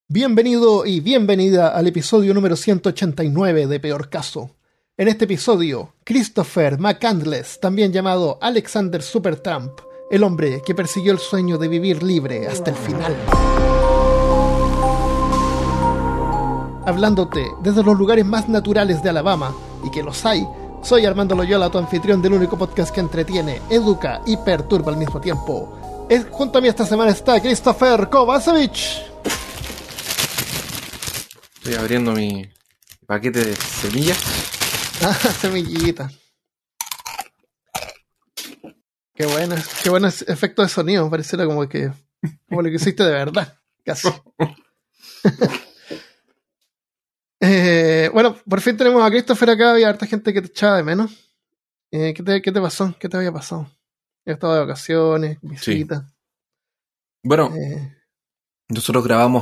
Bienvenido y bienvenida al episodio número 189 de Peor Caso. En este episodio, Christopher McCandless, también llamado Alexander Supertramp, el hombre que persiguió el sueño de vivir libre hasta el final. Hablándote desde los lugares más naturales de Alabama, y que los hay, soy Armando Loyola, tu anfitrión del único podcast que entretiene, educa y perturba al mismo tiempo. Junto a mí esta semana está Christopher Kovacevic. Estoy abriendo mi paquete de semillas. Semillita. Qué bueno efecto de sonido. Pareciera como lo que hiciste de verdad. Casi. Bueno, por fin tenemos a Christopher acá. Había harta gente que te echaba de menos. ¿Qué te pasó? ¿Qué te había pasado? He estado de vacaciones, visitas. Sí. Bueno, nosotros grabamos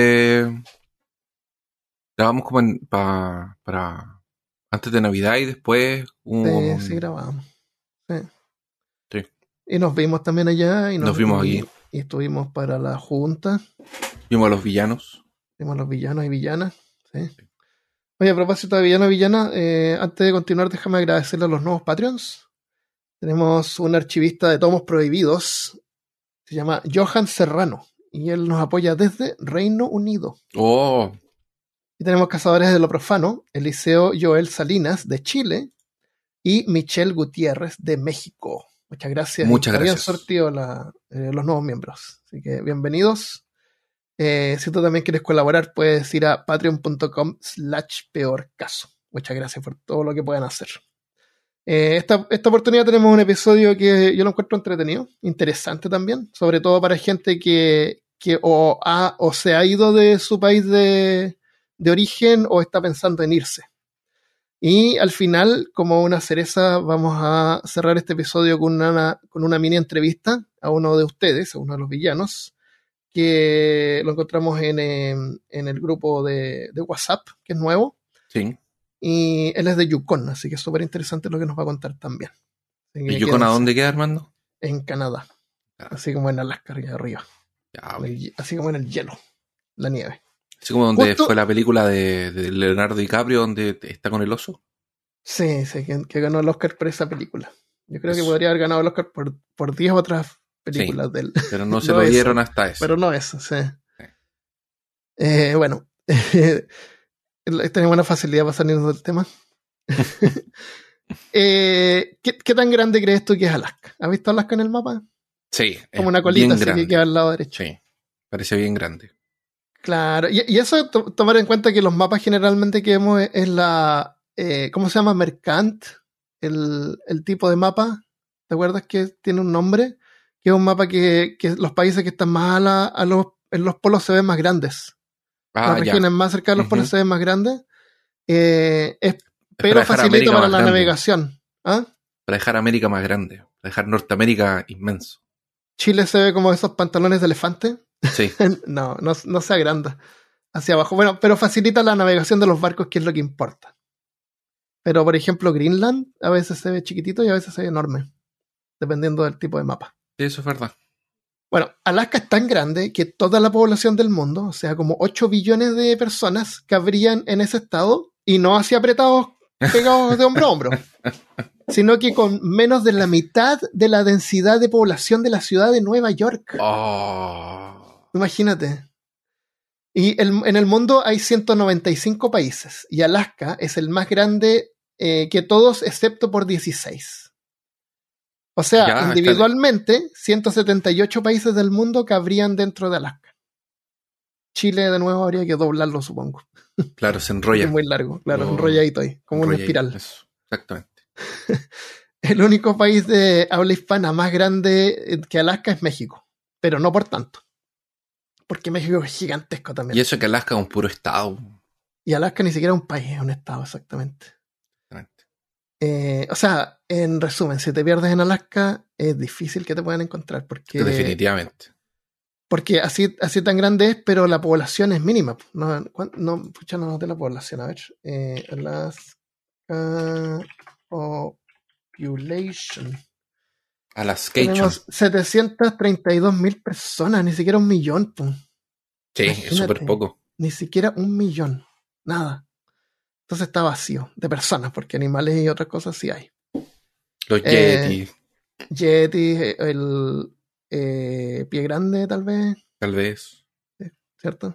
grabamos como para antes de Navidad y después Sí, grabamos. Sí. Sí. Y nos vimos también allá. Y nos vimos aquí. Y estuvimos para la junta. Vimos a los villanos. Vimos a los villanos y villanas. Sí. Oye, a propósito de villano y villana, antes de continuar, déjame agradecerle a los nuevos Patreons. Tenemos un archivista de tomos prohibidos. Se llama Johan Serrano. Y él nos apoya desde Reino Unido. ¡Oh! Y tenemos cazadores de lo profano, Eliseo Joel Salinas, de Chile, y Michelle Gutiérrez, de México. Muchas gracias. Muchas gracias. Habían sortido los nuevos miembros. Así que bienvenidos. Si tú también quieres colaborar, puedes ir a patreon.com/peorcaso. Muchas gracias por todo lo que puedan hacer. Esta oportunidad tenemos un episodio que yo lo encuentro entretenido, interesante también, sobre todo para gente que o se ha ido de su país de origen o está pensando en irse. Y al final, como una cereza, vamos a cerrar este episodio con una mini entrevista a uno de ustedes, a uno de los villanos, que lo encontramos en el grupo de WhatsApp, que es nuevo. Sí. Y él es de Yukon, así que es súper interesante lo que nos va a contar también. ¿Y Yukon a dónde queda, Armando? En Canadá. Así como en Alaska, allá arriba. Así como en el hielo, la nieve. Así como donde fue la película de Leonardo DiCaprio, donde está con el oso. Sí, que ganó el Oscar por esa película. Yo creo que podría haber ganado el Oscar por 10 otras películas de él. Pero no se lo dieron hasta eso. Pero no eso, sí. Bueno, tenemos una facilidad para salirnos del tema. ¿Qué tan grande crees tú que es Alaska? ¿Has visto Alaska en el mapa? Sí. Como una colita así que queda al lado derecho. Sí, parece bien grande. Claro, y eso tomar en cuenta que los mapas generalmente que vemos es la... ¿cómo se llama? Mercant, el tipo de mapa. ¿Te acuerdas que tiene un nombre? Que es un mapa que los países que están más en los polos se ven más grandes. Las regiones más cercanas a los polos se ven más grandes. Pero facilita para la navegación. ¿Ah? Para dejar América más grande. Para dejar Norteamérica inmenso. Chile se ve como esos pantalones de elefante. Sí. no se agranda hacia abajo. Bueno, pero facilita la navegación de los barcos, que es lo que importa. Pero, por ejemplo, Greenland a veces se ve chiquitito y a veces se ve enorme, dependiendo del tipo de mapa. Sí, eso es verdad. Bueno, Alaska es tan grande que toda la población del mundo, o sea, como 8 billones de personas, cabrían en ese estado, y no así apretados, pegados de hombro a hombro, sino que con menos de la mitad de la densidad de población de la ciudad de Nueva York. Oh. Imagínate. Y en el mundo hay 195 países, y Alaska es el más grande que todos, excepto por 16. O sea, individualmente, 178 países del mundo cabrían dentro de Alaska. Chile, de nuevo, habría que doblarlo, supongo. Claro, se enrolla. Es muy largo, claro, enrolladito ahí, como una espiral. Eso, exactamente. El único país de habla hispana más grande que Alaska es México, pero no por tanto. Porque México es gigantesco también. Y eso que Alaska es un puro estado. Y Alaska ni siquiera es un país, es un estado, exactamente. O sea, en resumen, si te pierdes en Alaska, es difícil que te puedan encontrar. Definitivamente. Porque así tan grande es, pero la población es mínima. No noté la población. A ver. Alaska Population. Alaska. Tenemos 732,000 personas, ni siquiera 1 millón. Sí, Imagínate, es súper poco. Ni siquiera 1 millón. Nada. Entonces está vacío de personas, porque animales y otras cosas sí hay. Los Yeti, Yeti, el pie grande tal vez, tal vez. ¿cierto?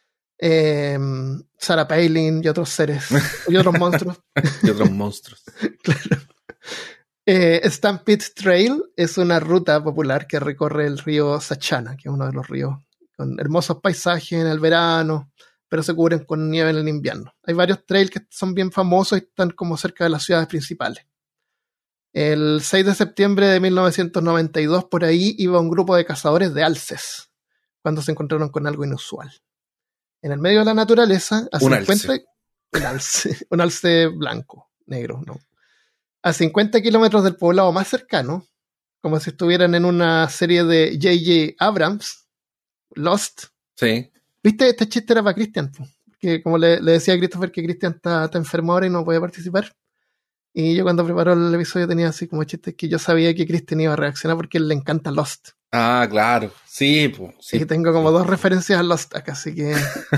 Sarah Palin y otros seres y otros monstruos. Y otros monstruos. Claro. Stampede Trail es una ruta popular que recorre el río Sachana, que es uno de los ríos con hermosos paisajes en el verano, pero se cubren con nieve en el invierno. Hay varios trails que son bien famosos y están como cerca de las ciudades principales. El 6 de septiembre de 1992, por ahí iba un grupo de cazadores de alces, cuando se encontraron con algo inusual. En el medio de la naturaleza, a 50... Un alce blanco, negro, ¿no? A 50 kilómetros del poblado más cercano, como si estuvieran en una serie de J.J. Abrams, Lost. Sí. ¿Viste? Este chiste era para Christian, que como le decía a Christopher que Christian está enfermo ahora y no puede participar. Y yo cuando preparó el episodio tenía así como chistes que yo sabía que Christian iba a reaccionar porque a él le encanta Lost. Ah, claro. Sí, pues. Sí, y tengo como 2 referencias a Lost acá, así que...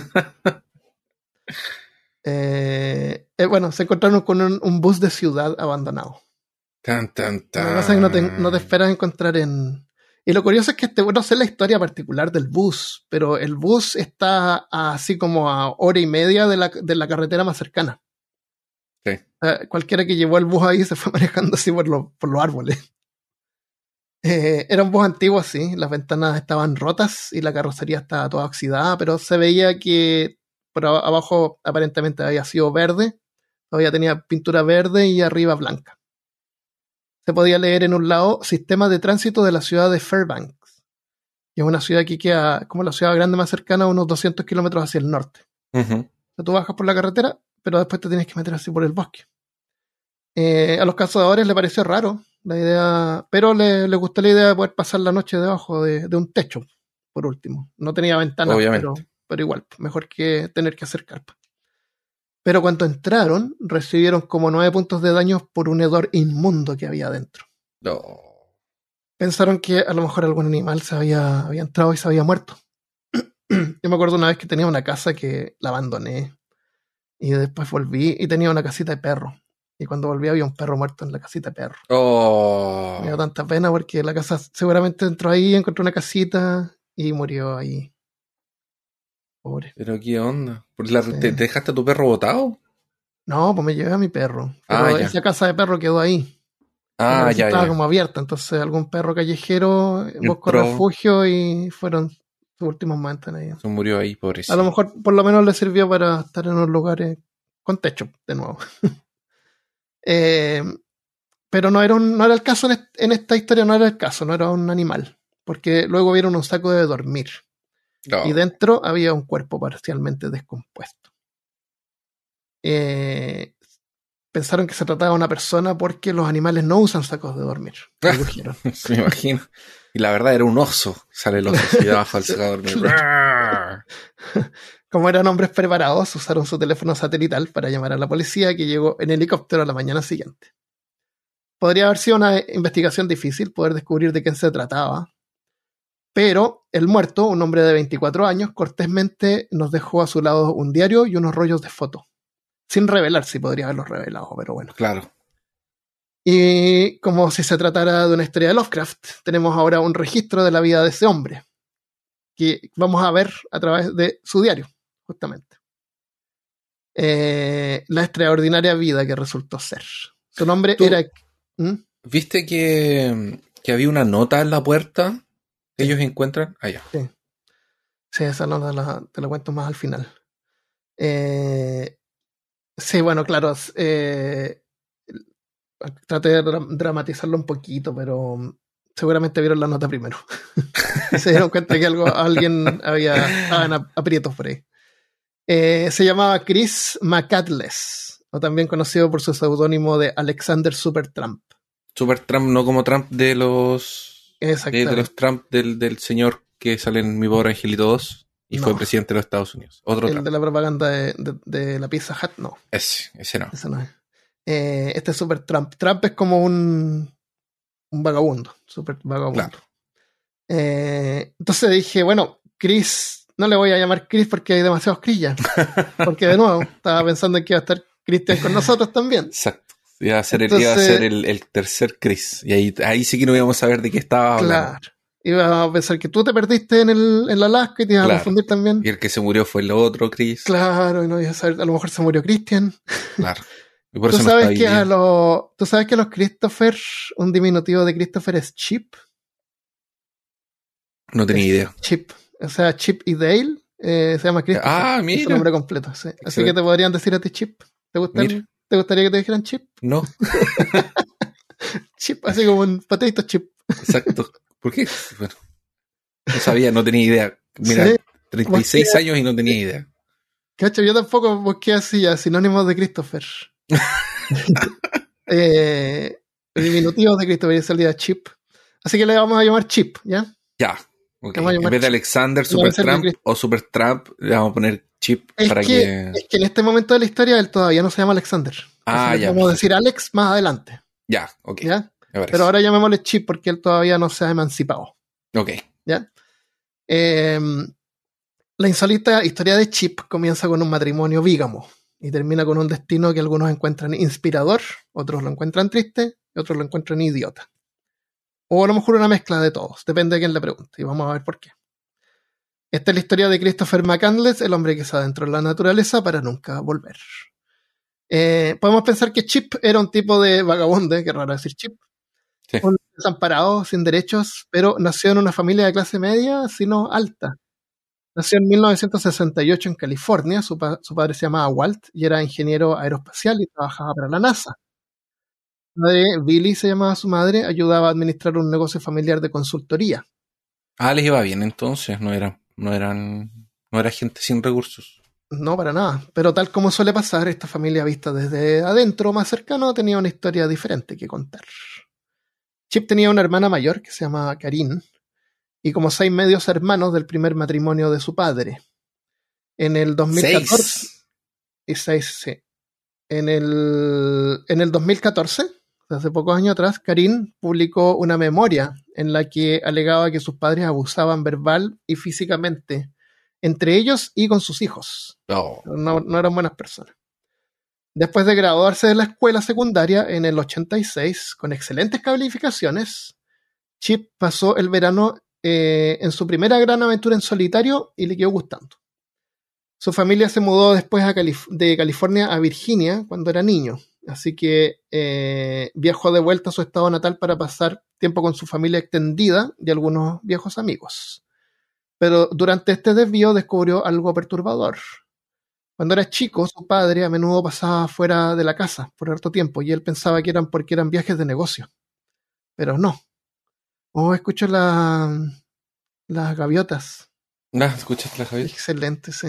bueno, se encontraron con un bus de ciudad abandonado. Tan, tan, tan. Lo que pasa es que no te esperas encontrar en... Y lo curioso es que no sé la historia particular del bus, pero el bus está así como a 1 hora y media de la carretera más cercana. Sí. Cualquiera que llevó el bus ahí se fue manejando así por los árboles. Era un bus antiguo, sí, las ventanas estaban rotas y la carrocería estaba toda oxidada, pero se veía que por abajo aparentemente había sido verde, todavía tenía pintura verde y arriba blanca. Se podía leer en un lado Sistema de Tránsito de la ciudad de Fairbanks, que es una ciudad que queda como la ciudad grande más cercana, a unos 200 kilómetros hacia el norte. Uh-huh. O sea, tú bajas por la carretera, pero después te tienes que meter así por el bosque. A los cazadores les pareció raro la idea, pero les gustó la idea de poder pasar la noche debajo de un techo, por último. No tenía ventanas, pero igual, mejor que tener que hacer carpa. Pero cuando entraron, recibieron como 9 puntos de daño por un hedor inmundo que había adentro. No. Pensaron que a lo mejor algún animal había entrado y se había muerto. Yo me acuerdo una vez que tenía una casa que la abandoné y después volví y tenía una casita de perro. Y cuando volví había un perro muerto en la casita de perro. Oh. Me dio tanta pena porque la casa seguramente entró ahí, encontró una casita y murió ahí. Pobre. ¿Pero qué onda? ¿Te dejaste a tu perro botado? No, pues me llevé a mi perro. Pero esa casa de perro quedó ahí. Ya. Estaba como abierta. Entonces algún perro callejero buscó refugio y fueron sus últimos momentos en ella. Se murió ahí, pobrecito. A lo mejor por lo menos le sirvió para estar en unos lugares con techo de nuevo. Pero no era el caso en esta historia, no era el caso, no era un animal, porque luego vieron un saco de dormir y dentro había un cuerpo parcialmente descompuesto. Pensaron que se trataba de una persona porque los animales no usan sacos de dormir. Me imagino. Y la verdad era un oso. Sale el oso así de abajo al saco de dormir. Como eran hombres preparados, usaron su teléfono satelital para llamar a la policía, que llegó en helicóptero a la mañana siguiente. Podría haber sido una investigación difícil poder descubrir de quién se trataba, pero el muerto, un hombre de 24 años, cortésmente nos dejó a su lado un diario y unos rollos de fotos. Sin revelar, si podría haberlos revelado, pero bueno. Claro. Y como si se tratara de una historia de Lovecraft, tenemos ahora un registro de la vida de ese hombre, que vamos a ver a través de su diario, justamente. La extraordinaria vida que resultó ser. Su nombre era... ¿Viste que había una nota en la puerta que ellos encuentran? Ya. Sí, esa nota te la cuento más al final. Sí, bueno, claro. Traté de dramatizarlo un poquito, pero seguramente vieron la nota primero. Se dieron cuenta que alguien estaba en aprietos por ahí. Se llamaba Chris McCandless, o también conocido por su seudónimo de Alexander Supertramp. Supertramp, no como Trump de los Trump del señor que sale en Mi Pobre Angelito 2 y fue presidente de los Estados Unidos. Otro Trump. De la propaganda de la Pizza Hut, no. Ese no. Ese no es. Este es Supertramp. Trump es como un vagabundo, super vagabundo. Claro. Entonces dije, bueno, Chris no le voy a llamar Chris porque hay demasiados Chris ya. Porque de nuevo, estaba pensando en que iba a estar Christian con nosotros también. Exacto. Iba a ser el tercer Chris. Y ahí sí que no íbamos a saber de qué estaba hablando. Claro. Iba a pensar que tú te perdiste en la Alaska y te ibas a confundir también. Y el que se murió fue el otro Chris. Claro, y no iba a saber, a lo mejor se murió Christian. Claro. Y por ¿Tú eso sabes que ¿tú sabes que los Christopher, un diminutivo de Christopher es Chip? No tenía idea. Chip. O sea, Chip y Dale se llama Christopher. Ah, mira. Es su nombre completo. Sí. Así que te podrían decir a ti Chip. ¿Te gustaría que te dijeran Chip? No. Chip, así como un potato chip. Exacto. ¿Por qué? Bueno, no sabía, no tenía idea. Mira, sí, 36 años y no tenía idea. Cacho, yo tampoco busqué así ya sinónimos de Christopher. Diminutivos de Christopher y salía Chip. Así que le vamos a llamar Chip, ¿ya? Ya. Okay. En vez de Alexander, Supertramp o Supertramp, le vamos a poner Chip Es que en este momento de la historia él todavía no se llama Alexander. Ya. Vamos a decir Alex más adelante. Ya, ok. ¿Ya? Pero ahora llamémosle Chip porque él todavía no se ha emancipado. Ok. ¿Ya? La insólita historia de Chip comienza con un matrimonio bígamo y termina con un destino que algunos encuentran inspirador, otros lo encuentran triste y otros lo encuentran idiota. O a lo mejor una mezcla de todos, depende de quién le pregunte, y vamos a ver por qué. Esta es la historia de Christopher McCandless, el hombre que se adentró en la naturaleza para nunca volver. Podemos pensar que Chip era un tipo de vagabundo, que raro decir Chip, sí. Un desamparado, sin derechos, pero nació en una familia de clase media, sino alta. Nació en 1968 en California, su padre se llamaba Walt y era ingeniero aeroespacial y trabajaba para la NASA. Su madre, Billy se llamaba su madre, ayudaba a administrar un negocio familiar de consultoría. Les iba bien entonces, no era gente sin recursos. No, para nada, pero tal como suele pasar, esta familia vista desde adentro, más cercano, tenía una historia diferente que contar. Chip tenía una hermana mayor que se llamaba Karin, y como 6 medios hermanos del primer matrimonio de su padre. En el 2014... 6. Y 6, sí. En el 2014, hace pocos años atrás, Karin publicó una memoria en la que alegaba que sus padres abusaban verbal y físicamente entre ellos y con sus hijos. No eran buenas personas. Después de graduarse de la escuela secundaria en el 86, con excelentes calificaciones, Chip pasó el verano en su primera gran aventura en solitario y le quedó gustando. Su familia se mudó después de California a Virginia cuando era niño, así que viajó de vuelta a su estado natal para pasar tiempo con su familia extendida y algunos viejos amigos. Pero durante este desvío descubrió algo perturbador. Cuando era chico, su padre a menudo pasaba fuera de la casa por harto tiempo y él pensaba que eran porque eran viajes de negocio. Pero no. Escucho las gaviotas. ¿Escuchaste las gaviotas? Excelente, sí.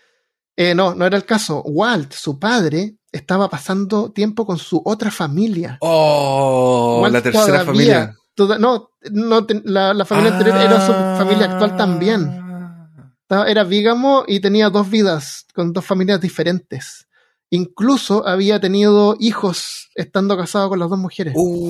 No era el caso. Walt, su padre, estaba pasando tiempo con su otra familia. Walt la tercera familia. La familia anterior era su familia actual también. Era bígamo y tenía 2 vidas con 2 familias diferentes. Incluso había tenido hijos estando casado con las 2 mujeres.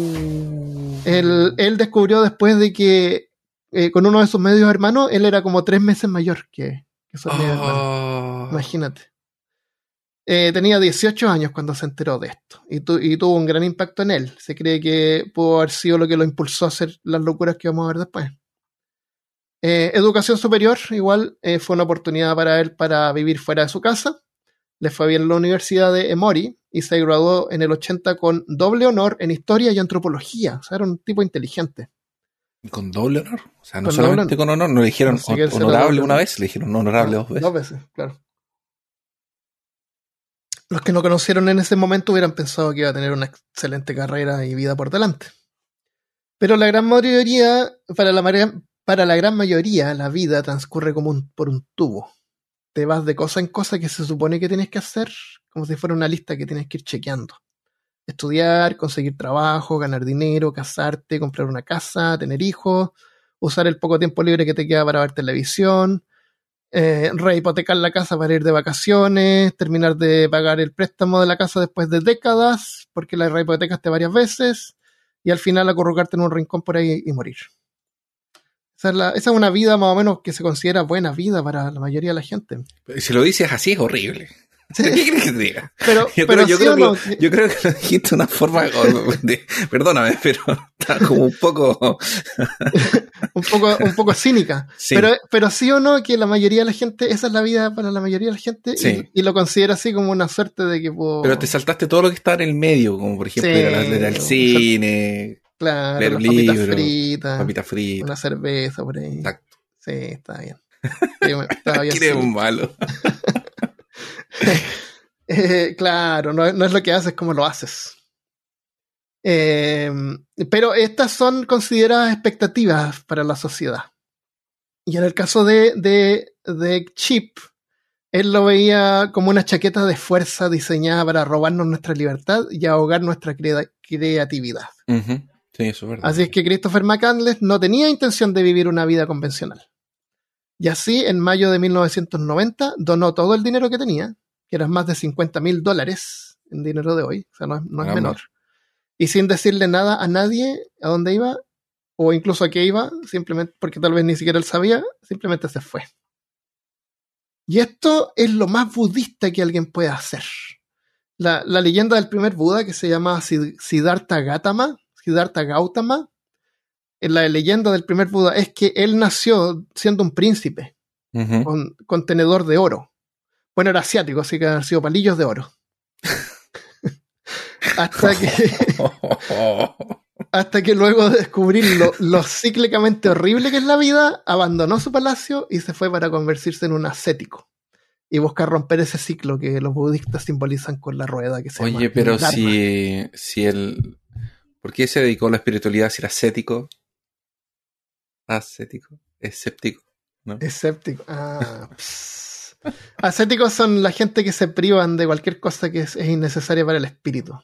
Él descubrió después de que con uno de sus medios hermanos, él era como 3 meses mayor que sus medios hermanos. Imagínate. Tenía 18 años cuando se enteró de esto y tuvo un gran impacto en él. Se cree que pudo haber sido lo que lo impulsó a hacer las locuras que vamos a ver después. Educación superior, igual, fue una oportunidad para él para vivir fuera de su casa. Le fue bien en la Universidad de Emory y se graduó en el 80 con doble honor en Historia y Antropología. O sea, era un tipo inteligente. ¿Con doble honor? O sea, no solamente con honor, no le dijeron honorable una vez, le dijeron honorable 2 veces. 2 veces, claro. Los que no conocieron en ese momento hubieran pensado que iba a tener una excelente carrera y vida por delante. Pero la gran mayoría, para la gran mayoría, la vida transcurre como por un tubo. Te vas de cosa en cosa que se supone que tienes que hacer, como si fuera una lista que tienes que ir chequeando. Estudiar, conseguir trabajo, ganar dinero, casarte, comprar una casa, tener hijos, usar el poco tiempo libre que te queda para ver televisión, rehipotecar la casa para ir de vacaciones, terminar de pagar el préstamo de la casa después de décadas, porque la rehipotecaste varias veces, y al final acurrucarte en un rincón por ahí y morir. Esa es una vida más o menos que se considera buena vida para la mayoría de la gente. Si lo dices así es horrible. ¿Qué crees que te diga? Yo creo que lo dijiste de una forma perdóname, pero está como un poco un poco cínica. Sí. Pero sí o no que la mayoría de la gente, esa es la vida para la mayoría de la gente, sí. y lo considera así como una suerte de que Pero te saltaste todo lo que está en el medio, como por ejemplo ir al cine, claro, leer las libros, papitas fritas, una cerveza por ahí. Exacto. Sí, está bien. Estaba bien. ¿Quién es un malo? Claro, no es lo que haces, como lo haces. Pero estas son consideradas expectativas para la sociedad. Y en el caso de Chip, él lo veía como una chaqueta de fuerza diseñada para robarnos nuestra libertad y ahogar nuestra creatividad. Uh-huh. Sí, eso es verdad. Así es que Christopher McCandless no tenía intención de vivir una vida convencional. Y así, en mayo de 1990, donó todo el dinero que tenía, que eran más de $50,000 en dinero de hoy, o sea, no es menor. Y sin decirle nada a nadie a dónde iba, o incluso a qué iba, simplemente porque tal vez ni siquiera él sabía, simplemente se fue. Y esto es lo más budista que alguien puede hacer. La leyenda del primer Buda, que se llama Siddhartha Gautama, en la leyenda del primer Buda es que él nació siendo un príncipe, uh-huh, con tenedor de oro. Bueno, era asiático, así que han sido palillos de oro. hasta que luego de descubrir lo cíclicamente horrible que es la vida, abandonó su palacio y se fue para convertirse en un ascético y buscar romper ese ciclo que los budistas simbolizan con la rueda que se llama. Oye, pero si él... ¿Por qué se dedicó a la espiritualidad si era ascético? Ascético, escéptico, ¿no? Escéptico, ascéticos son la gente que se privan de cualquier cosa que es innecesaria para el espíritu.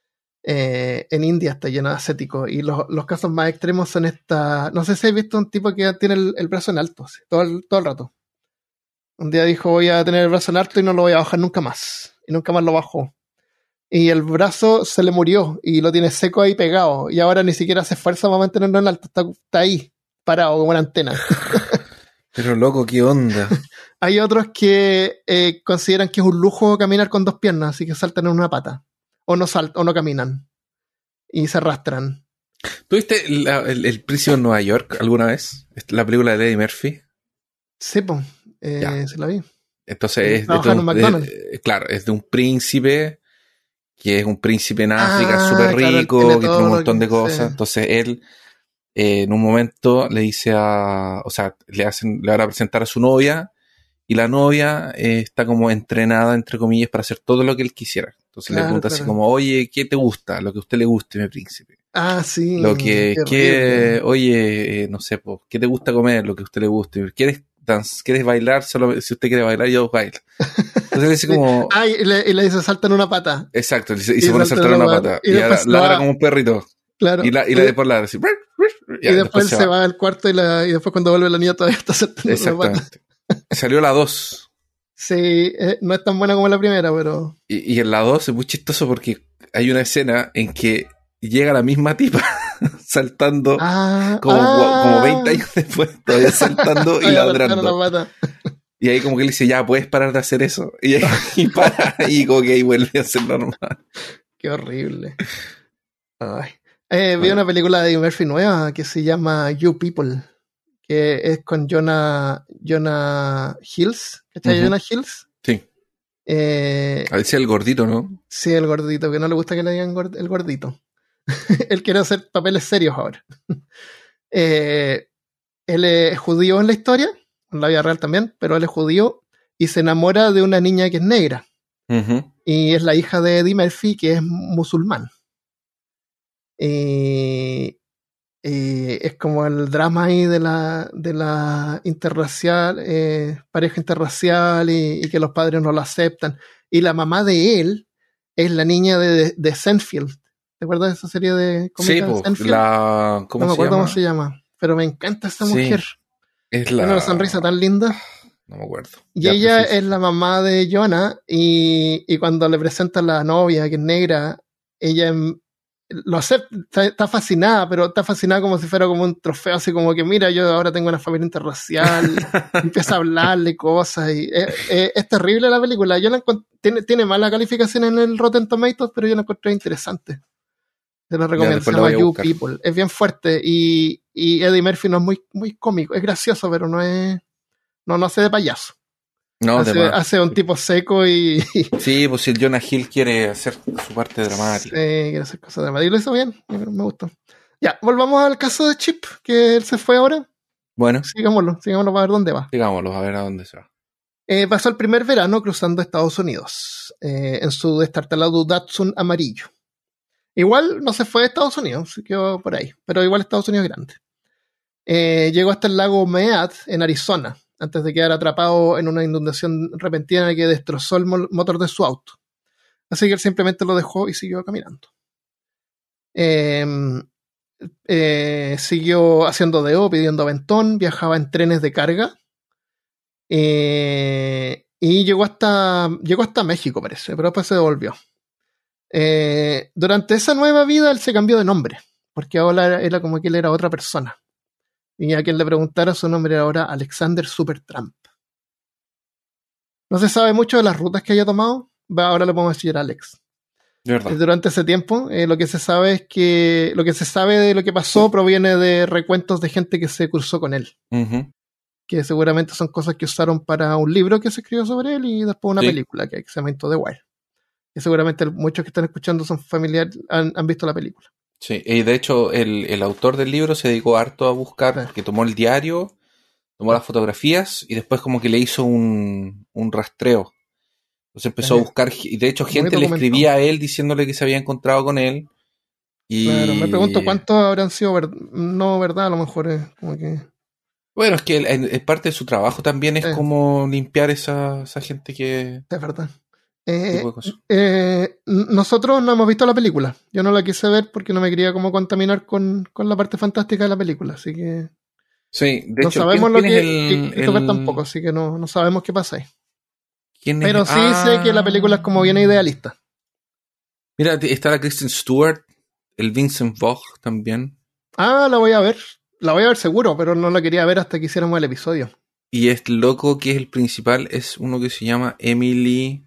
En India está lleno de ascéticos y los casos más extremos son no sé si has visto un tipo que tiene el brazo en alto, ¿sí? todo el rato. Un día dijo, voy a tener el brazo en alto y no lo voy a bajar nunca más. Y nunca más lo bajó. Y el brazo se le murió y lo tiene seco ahí pegado. Y ahora ni siquiera hace fuerza para mantenerlo en alto. Está ahí, parado como una antena. Pero loco, ¿qué onda? Hay otros que consideran que es un lujo caminar con dos piernas, así que saltan en una pata. O no caminan. Y se arrastran. ¿Tú viste el Príncipe de Nueva York alguna vez? La película de Eddie Murphy. Sí, pues. Se la vi. Entonces claro, es de un príncipe que es un príncipe en África súper rico, claro, que tiene un montón de cosas. Sí. Entonces él en un momento le dice le van a presentar a su novia y la novia está como entrenada, entre comillas, para hacer todo lo que él quisiera. Entonces le pregunta así como, oye, ¿qué te gusta? Lo que a usted le guste, mi príncipe. Sí. Lo oye, no sé, ¿qué te gusta comer? Lo que a usted le guste. ¿Quieres bailar? Solo si usted quiere bailar, yo bailo. Entonces le dice como... y le dice, salta en una pata. Exacto, y se pone a saltar en una pata. Y ladra como un perrito. Claro. Y después ladra así. Y después se va al cuarto y después cuando vuelve la niña todavía está saltando en una pata. Salió la 2. Sí, no es tan buena como la primera, pero... Y en la 2 es muy chistoso porque hay una escena en que llega la misma tipa saltando como 20 años después, todavía saltando y ladrando. Y ahí como que él dice, ya, puedes parar de hacer eso. Y ahí para, y como que ahí vuelve a ser normal. Qué horrible. Vi una película de Murphy nueva que se llama You People, que es con Jonah Hills. ¿Cachai? Uh-huh. Jonah Hills. Sí. A veces el gordito, ¿no? Sí, el gordito, que no le gusta que le digan el gordito. Él quiere hacer papeles serios ahora. Él es judío en la historia, en la vida real también, pero él es judío y se enamora de una niña que es negra. Uh-huh. Y es la hija de Eddie Murphy, que es musulmán. Es como el drama ahí de la interracial, pareja interracial y que los padres no lo aceptan. Y la mamá de él es la niña de Seinfeld. ¿Te acuerdas de esa serie de cómica? Sí, ¿cómo no me acuerdo cómo se llama, pero me encanta esta mujer. Tiene una sonrisa tan linda. No me acuerdo. Y ella es la mamá de Jonah y cuando le presentan a la novia, que es negra, ella lo acepta, está fascinada, pero está fascinada como si fuera como un trofeo, así como que mira, yo ahora tengo una familia interracial, empieza a hablarle cosas, y es terrible la película. Yo tiene mala calificación en el Rotten Tomatoes, pero yo la encontré interesante. Te lo recomiendo, se llama You People. Es bien fuerte, y Eddie Murphy no es muy, muy cómico, es gracioso, pero no hace de payaso. No, hace un tipo seco y... Sí, pues si el Jonah Hill quiere hacer su parte dramática. Sí, quiere hacer cosas dramáticas. Y lo hizo bien, me gustó. Ya, volvamos al caso de Chip, que él se fue ahora. Bueno. Sigámoslo para ver dónde va. Sigámoslo, a ver a dónde se va. Pasó el primer verano cruzando Estados Unidos, en su destartalado Datsun amarillo. Igual no se fue de Estados Unidos, se quedó por ahí, pero igual Estados Unidos es grande. Llegó hasta el lago Mead, en Arizona, antes de quedar atrapado en una inundación repentina que destrozó el motor de su auto. Así que él simplemente lo dejó y siguió caminando. Siguió haciendo deo, pidiendo aventón, viajaba en trenes de carga. Y llegó hasta México, parece, pero después se devolvió. Durante esa nueva vida él se cambió de nombre, porque ahora era como que él era otra persona. Y a quien le preguntara su nombre era ahora Alexander Supertramp. No se sabe mucho de las rutas que haya tomado, ahora le podemos decir Alex. Durante ese tiempo, lo que se sabe es que lo que se sabe de lo que pasó proviene de recuentos de gente que se cruzó con él. Uh-huh. Que seguramente son cosas que usaron para un libro que se escribió sobre él y después una película que se llama Into the Wild. Y seguramente muchos que están escuchando son familiares, han visto la película. Sí, y de hecho el autor del libro se dedicó harto a buscar, porque tomó el diario, tomó las fotografías y después como que le hizo un rastreo. Entonces empezó a buscar, y de hecho gente le escribía a él diciéndole que se había encontrado con él. Y... Claro, me pregunto cuántos habrán sido no verdad, a lo mejor es como que... Bueno, es que parte de su trabajo también es como limpiar esa gente que... Es verdad. Nosotros no hemos visto la película. Yo no la quise ver porque no me quería como contaminar con la parte fantástica de la película, así que... Sí, de hecho, no sabemos lo que toca tampoco, así que no sabemos qué pasa ahí. Pero sí sé que la película es como bien idealista. Mira, está la Kristen Stewart, el Vincent Vaughn también. La voy a ver. La voy a ver seguro, pero no la quería ver hasta que hiciéramos el episodio. Y este loco que es el principal es uno que se llama Emily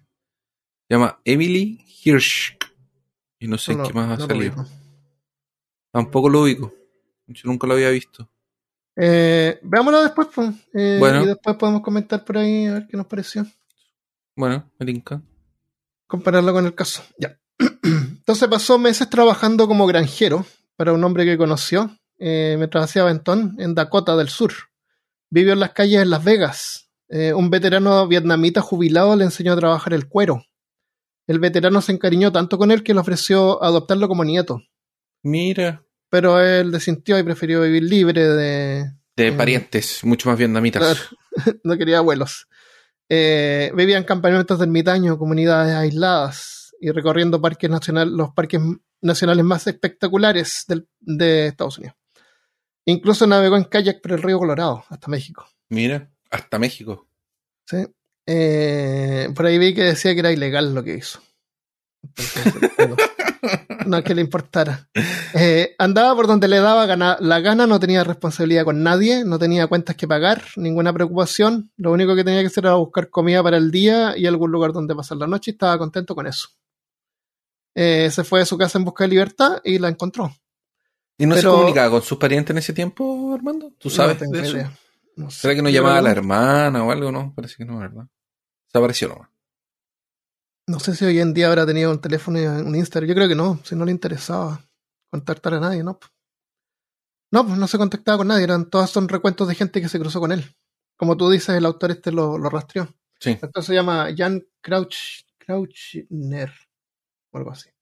Hirsch. Y no sé en qué más ha salido. Tampoco lo ubico. Yo nunca lo había visto. Veámoslo después, pues. Bueno. Y después podemos comentar por ahí a ver qué nos pareció. Bueno, me tinca. Compararlo con el caso. Ya. Entonces pasó meses trabajando como granjero para un hombre que conoció mientras hacía aventón en Dakota del Sur. Vivió en las calles en Las Vegas. Un veterano vietnamita jubilado le enseñó a trabajar el cuero. El veterano se encariñó tanto con él que le ofreció adoptarlo como nieto. Mira. Pero él desintió y prefirió vivir libre de parientes, mucho más vietnamitas. Claro, no quería abuelos. Vivía en campamentos de ermitaños, comunidades aisladas y recorriendo los parques nacionales más espectaculares de Estados Unidos. Incluso navegó en kayak por el río Colorado hasta México. Mira, hasta México. Sí. Por ahí vi que decía que era ilegal lo que hizo. Entonces, no es que le importara. Andaba por donde le daba la gana, no tenía responsabilidad con nadie, no tenía cuentas que pagar, ninguna preocupación. Lo único que tenía que hacer era buscar comida para el día y algún lugar donde pasar la noche y estaba contento con eso. Se fue de su casa en busca de libertad y la encontró. ¿Y no se comunicaba con sus parientes en ese tiempo, Armando? ¿Tú sabes de eso? Idea. No sé. ¿Será que no llamaba a la hermana o algo? No, parece que no, ¿verdad? Desapareció nomás. No sé si hoy en día habrá tenido un teléfono y un Instagram. Yo creo que no, si no le interesaba contactar a nadie, ¿no? No, pues no se contactaba con nadie, todas son recuentos de gente que se cruzó con él. Como tú dices, el autor lo rastreó. Sí. Esto se llama Jan Crouchner o algo así.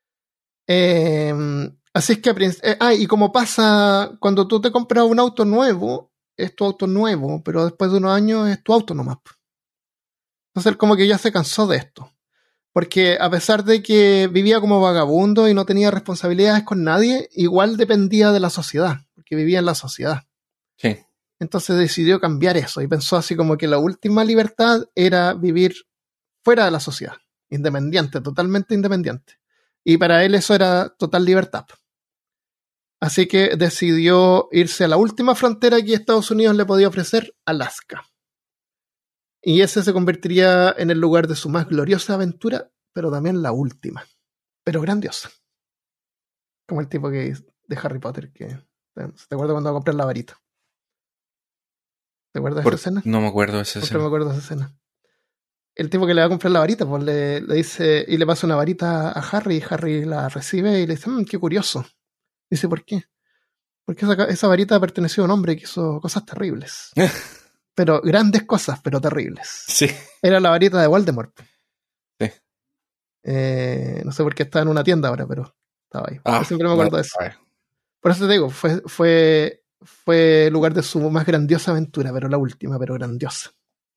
Así es que y como pasa cuando tú te compras un auto nuevo, es tu auto nuevo, pero después de unos años es tu auto nomás. Entonces él como que ya se cansó de esto. Porque a pesar de que vivía como vagabundo y no tenía responsabilidades con nadie, igual dependía de la sociedad, porque vivía en la sociedad. Sí. Entonces decidió cambiar eso y pensó así como que la última libertad era vivir fuera de la sociedad, independiente, totalmente independiente. Y para él eso era total libertad. Así que decidió irse a la última frontera que Estados Unidos le podía ofrecer, Alaska. Y ese se convertiría en el lugar de su más gloriosa aventura, pero también la última. Pero grandiosa. Como el tipo de Harry Potter que... ¿Te acuerdas cuando va a comprar la varita? ¿Te acuerdas de esa escena? No me acuerdo de esa escena. No me acuerdo de esa escena. El tipo que le va a comprar la varita, pues le dice, y le pasa una varita a Harry, y Harry la recibe y le dice, qué curioso. Dice, ¿por qué? Porque esa varita perteneció a un hombre que hizo cosas terribles. Pero grandes cosas, pero terribles. Sí. Era la varita de Voldemort. Sí. No sé por qué está en una tienda ahora, pero estaba ahí. Yo siempre me acuerdo de eso. Por eso te digo, fue el lugar de su más grandiosa aventura, pero la última, pero grandiosa.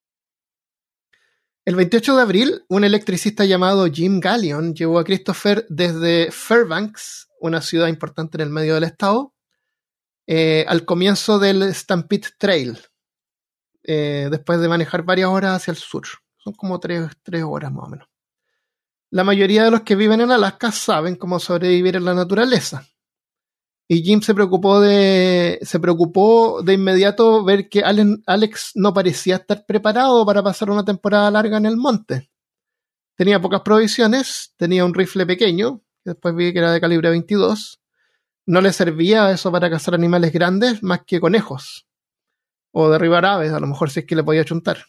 El 28 de abril, un electricista llamado Jim Gallion llevó a Christopher desde Fairbanks, una ciudad importante en el medio del estado, al comienzo del Stampede Trail, después de manejar varias horas hacia el sur. Son como 3 horas más o menos. La mayoría de los que viven en Alaska saben cómo sobrevivir en la naturaleza. Y Jim se preocupó de inmediato ver que Alex no parecía estar preparado para pasar una temporada larga en el monte. Tenía pocas provisiones, tenía un rifle pequeño, que después vi que era de calibre 22. No le servía eso para cazar animales grandes más que conejos. O derribar aves, a lo mejor si es que le podía chuntar.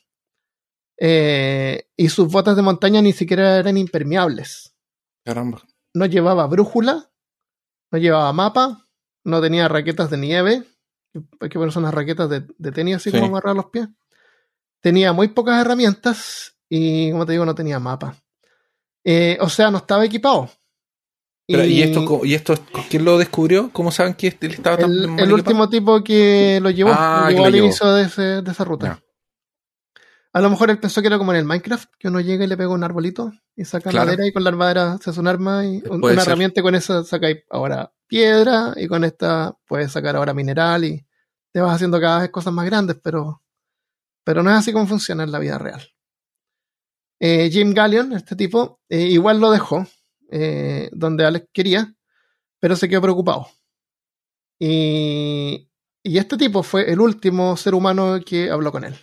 Y sus botas de montaña ni siquiera eran impermeables. Caramba. No llevaba brújula, no llevaba mapa, no tenía raquetas de nieve. Hay que ponerse unas raquetas de tenis así como amarrar los pies. Tenía muy pocas herramientas y, como te digo, no tenía mapa. O sea, no estaba equipado. Pero, ¿y esto quién lo descubrió? ¿Cómo saben que él estaba tan mal el último tipo que lo llevó, al inicio de esa ruta. No. A lo mejor él pensó que era como en el Minecraft, que uno llega y le pega un arbolito y saca madera y con la madera se hace un arma y una herramienta y con esa saca ahora piedra y con esta puedes sacar ahora mineral y te vas haciendo cada vez cosas más grandes, pero no es así como funciona en la vida real. Jim Gallion, este tipo, igual lo dejó donde Alex quería, pero se quedó preocupado. Y este tipo fue el último ser humano que habló con él.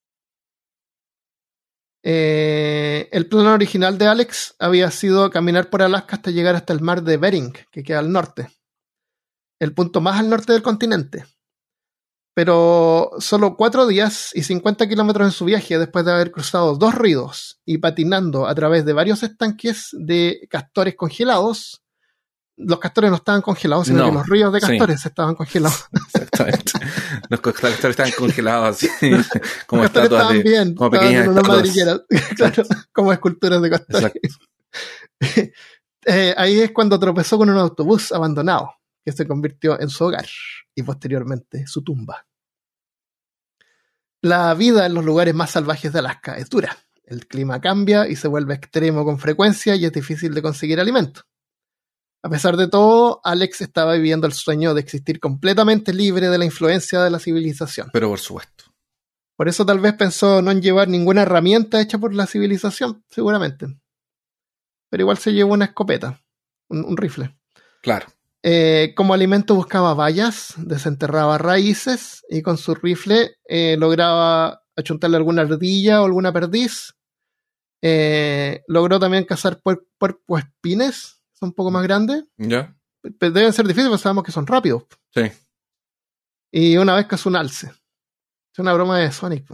El plan original de Alex había sido caminar por Alaska hasta llegar hasta el mar de Bering, que queda al norte, el punto más al norte del continente. Pero solo 4 días y 50 kilómetros en su viaje, después de haber cruzado 2 ríos y patinando a través de varios estanques de castores congelados. Los castores no estaban congelados, sino que los ríos de castores estaban congelados. Exactamente. Los castores estaban congelados así, como los castores estaban bien, como pequeñas madrigueras, claro, como esculturas de castores. Ahí es cuando tropezó con un autobús abandonado, que se convirtió en su hogar y posteriormente su tumba. La vida en los lugares más salvajes de Alaska es dura. El clima cambia y se vuelve extremo con frecuencia y es difícil de conseguir alimento. A pesar de todo, Alex estaba viviendo el sueño de existir completamente libre de la influencia de la civilización. Pero por supuesto. Por eso tal vez pensó no en llevar ninguna herramienta hecha por la civilización, seguramente. Pero igual se llevó una escopeta, un rifle. Claro. Como alimento buscaba bayas, desenterraba raíces y con su rifle lograba achuntarle alguna ardilla o alguna perdiz. Logró también cazar puercoespines. Son un poco más grandes. ¿Ya? Deben ser difíciles, pero sabemos que son rápidos. Sí. Y una vez cazó un alce. Es una broma de Sonic.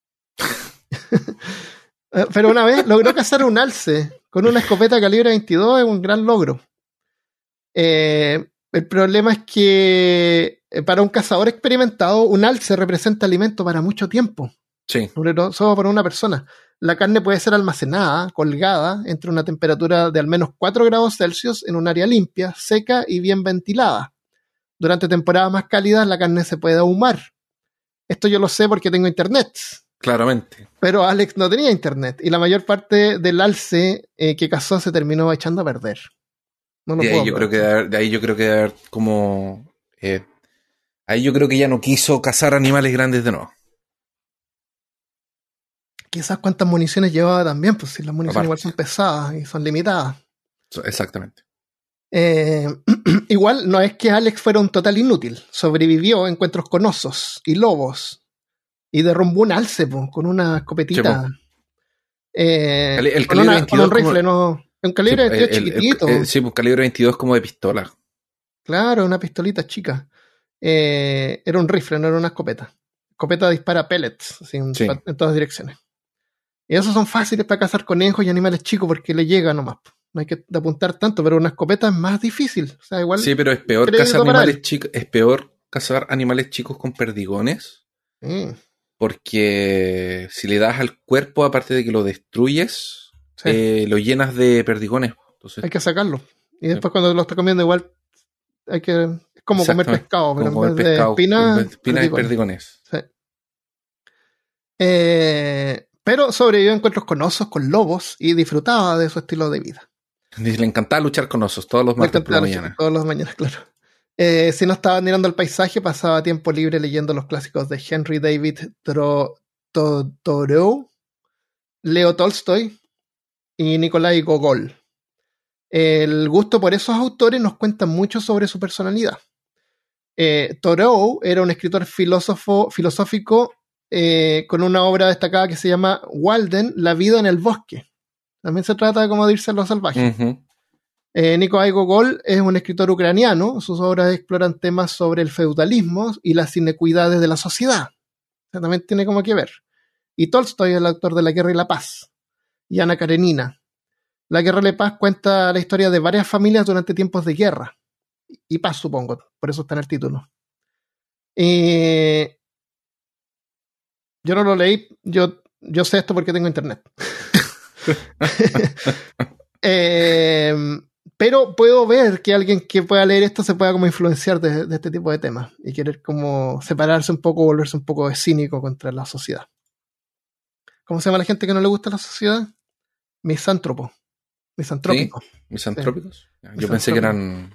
Pero una vez logró cazar un alce con una escopeta calibre 22, es un gran logro. El problema es que para un cazador experimentado, un alce representa alimento para mucho tiempo. Sí. Sobre todo solo para una persona. La carne puede ser almacenada, colgada, entre una temperatura de al menos 4 grados Celsius en un área limpia, seca y bien ventilada. Durante temporadas más cálidas, la carne se puede ahumar. Esto yo lo sé porque tengo internet. Claramente. Pero Alex no tenía internet y la mayor parte del alce que cazó se terminó echando a perder. No lo de, puedo ahí yo creo que de ahí yo creo que de haber como... ahí yo creo que ya no quiso cazar animales grandes de nuevo. Quizás cuántas municiones llevaba también, pues si las municiones igual son pesadas y son limitadas. Exactamente. Igual no es que Alex fuera un total inútil. Sobrevivió a encuentros con osos y lobos. Y derrumbó un alce con una escopetita. El calibre 22 con un rifle, no. Un calibre 22 chiquitito. Sí, un calibre 22 como de pistola. Claro, una pistolita chica. Era un rifle, no era una escopeta. Escopeta dispara pellets así, en todas direcciones. Y esos son fáciles para cazar conejos y animales chicos porque le llega nomás. No hay que apuntar tanto, pero una escopeta es más difícil. O sea, igual sí, pero es peor cazar animales chicos. Es peor cazar animales chicos con perdigones. Porque si le das al cuerpo, aparte de que lo destruyes, lo llenas de perdigones. Entonces, hay que sacarlo. Y después cuando lo está comiendo igual hay que... Es como comer pescado, pero en vez de espinas y perdigones. Sí. Pero sobrevivió a encuentros con osos, con lobos y disfrutaba de su estilo de vida. Le encantaba luchar con osos todos los martes por la mañana. Todos los mañanas, claro. Si no estaba mirando el paisaje, pasaba tiempo libre leyendo los clásicos de Henry David Thoreau, Leo Tolstoy y Nikolai Gogol. El gusto por esos autores nos cuenta mucho sobre su personalidad. Thoreau era un escritor filosófico con una obra destacada que se llama Walden, La vida en el bosque. También se trata como de irse a lo salvaje. Nikolai Gogol es un escritor ucraniano. Sus obras exploran temas sobre el feudalismo y las inequidades de la sociedad. O sea, también tiene como que ver. Y Tolstoy es el autor de La guerra y la paz. Y Ana Karenina. La guerra y la paz cuenta la historia de varias familias durante tiempos de guerra. Y paz, supongo. Por eso está en el título. Yo no lo leí. Yo sé esto porque tengo internet. Pero puedo ver que alguien que pueda leer esto se pueda como influenciar de este tipo de temas y querer como separarse un poco, volverse un poco cínico contra la sociedad. ¿Cómo se llama la gente que no le gusta la sociedad? Misántropo. Misantrópico. ¿Sí? ¿Misantrópicos? Yo pensé que eran...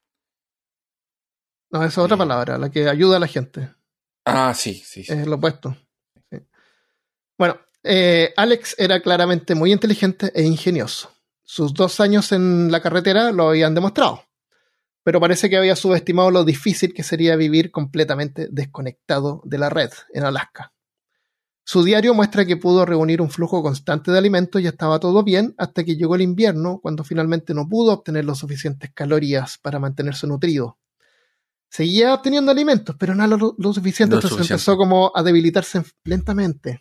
No, esa es otra palabra, la que ayuda a la gente. Ah, sí. Es lo opuesto. Sí. Bueno, Alex era claramente muy inteligente e ingenioso. Sus 2 años en la carretera lo habían demostrado, pero parece que había subestimado lo difícil que sería vivir completamente desconectado de la red en Alaska. Su diario muestra que pudo reunir un flujo constante de alimentos y estaba todo bien hasta que llegó el invierno, cuando finalmente no pudo obtener los suficientes calorías para mantenerse nutrido. Seguía obteniendo alimentos, pero no lo suficiente, entonces empezó como a debilitarse lentamente.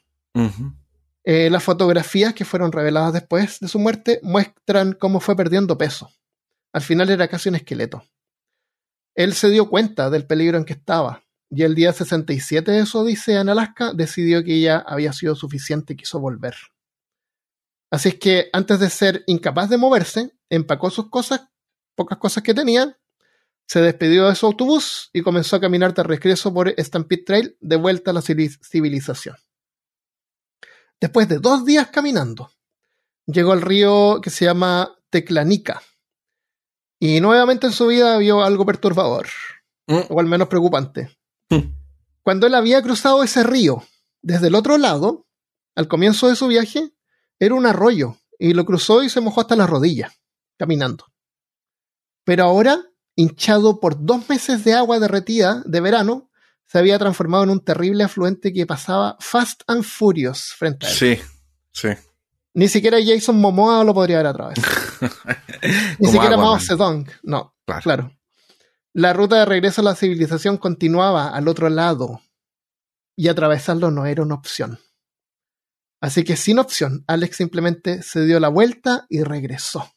Las fotografías que fueron reveladas después de su muerte muestran cómo fue perdiendo peso. Al final era casi un esqueleto. Él se dio cuenta del peligro en que estaba, y el día 67 de su odisea en Alaska decidió que ya había sido suficiente y quiso volver. Así es que antes de ser incapaz de moverse, empacó sus cosas, pocas cosas que tenía, se despidió de su autobús y comenzó a caminar de regreso por Stampede Trail de vuelta a la civilización. Después de 2 días caminando, llegó al río que se llama Teclanica. Y nuevamente en su vida vio algo perturbador, o al menos preocupante. Cuando él había cruzado ese río, desde el otro lado, al comienzo de su viaje, era un arroyo, y lo cruzó y se mojó hasta las rodillas, caminando. Pero ahora, hinchado por 2 meses de agua derretida de verano, se había transformado en un terrible afluente que pasaba Fast and Furious frente a él. Sí. Ni siquiera Jason Momoa lo podría ver a través. Ni siquiera Mao Zedong. No, claro. La ruta de regreso a la civilización continuaba al otro lado y atravesarlo no era una opción. Así que sin opción, Alex simplemente se dio la vuelta y regresó.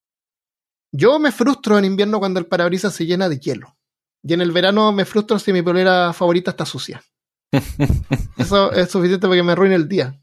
Yo me frustro en invierno cuando el parabrisas se llena de hielo. Y en el verano me frustro si mi polera favorita está sucia. Eso es suficiente para que me arruine el día.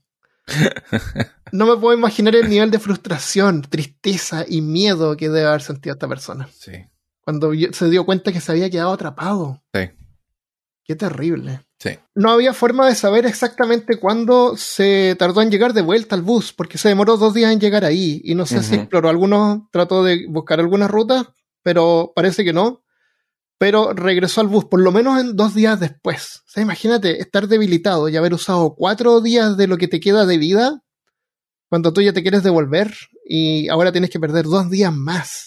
No me puedo imaginar el nivel de frustración, tristeza y miedo que debe haber sentido esta persona. Sí. Cuando se dio cuenta que se había quedado atrapado. Sí. Qué terrible. Sí. No había forma de saber exactamente cuándo se tardó en llegar de vuelta al bus, porque se demoró 2 días en llegar ahí. Y no sé si exploró algunos, trató de buscar algunas rutas, pero parece que no. Pero regresó al bus, por lo menos en 2 días después. O sea, imagínate estar debilitado y haber usado 4 días de lo que te queda de vida cuando tú ya te quieres devolver y ahora tienes que perder 2 días más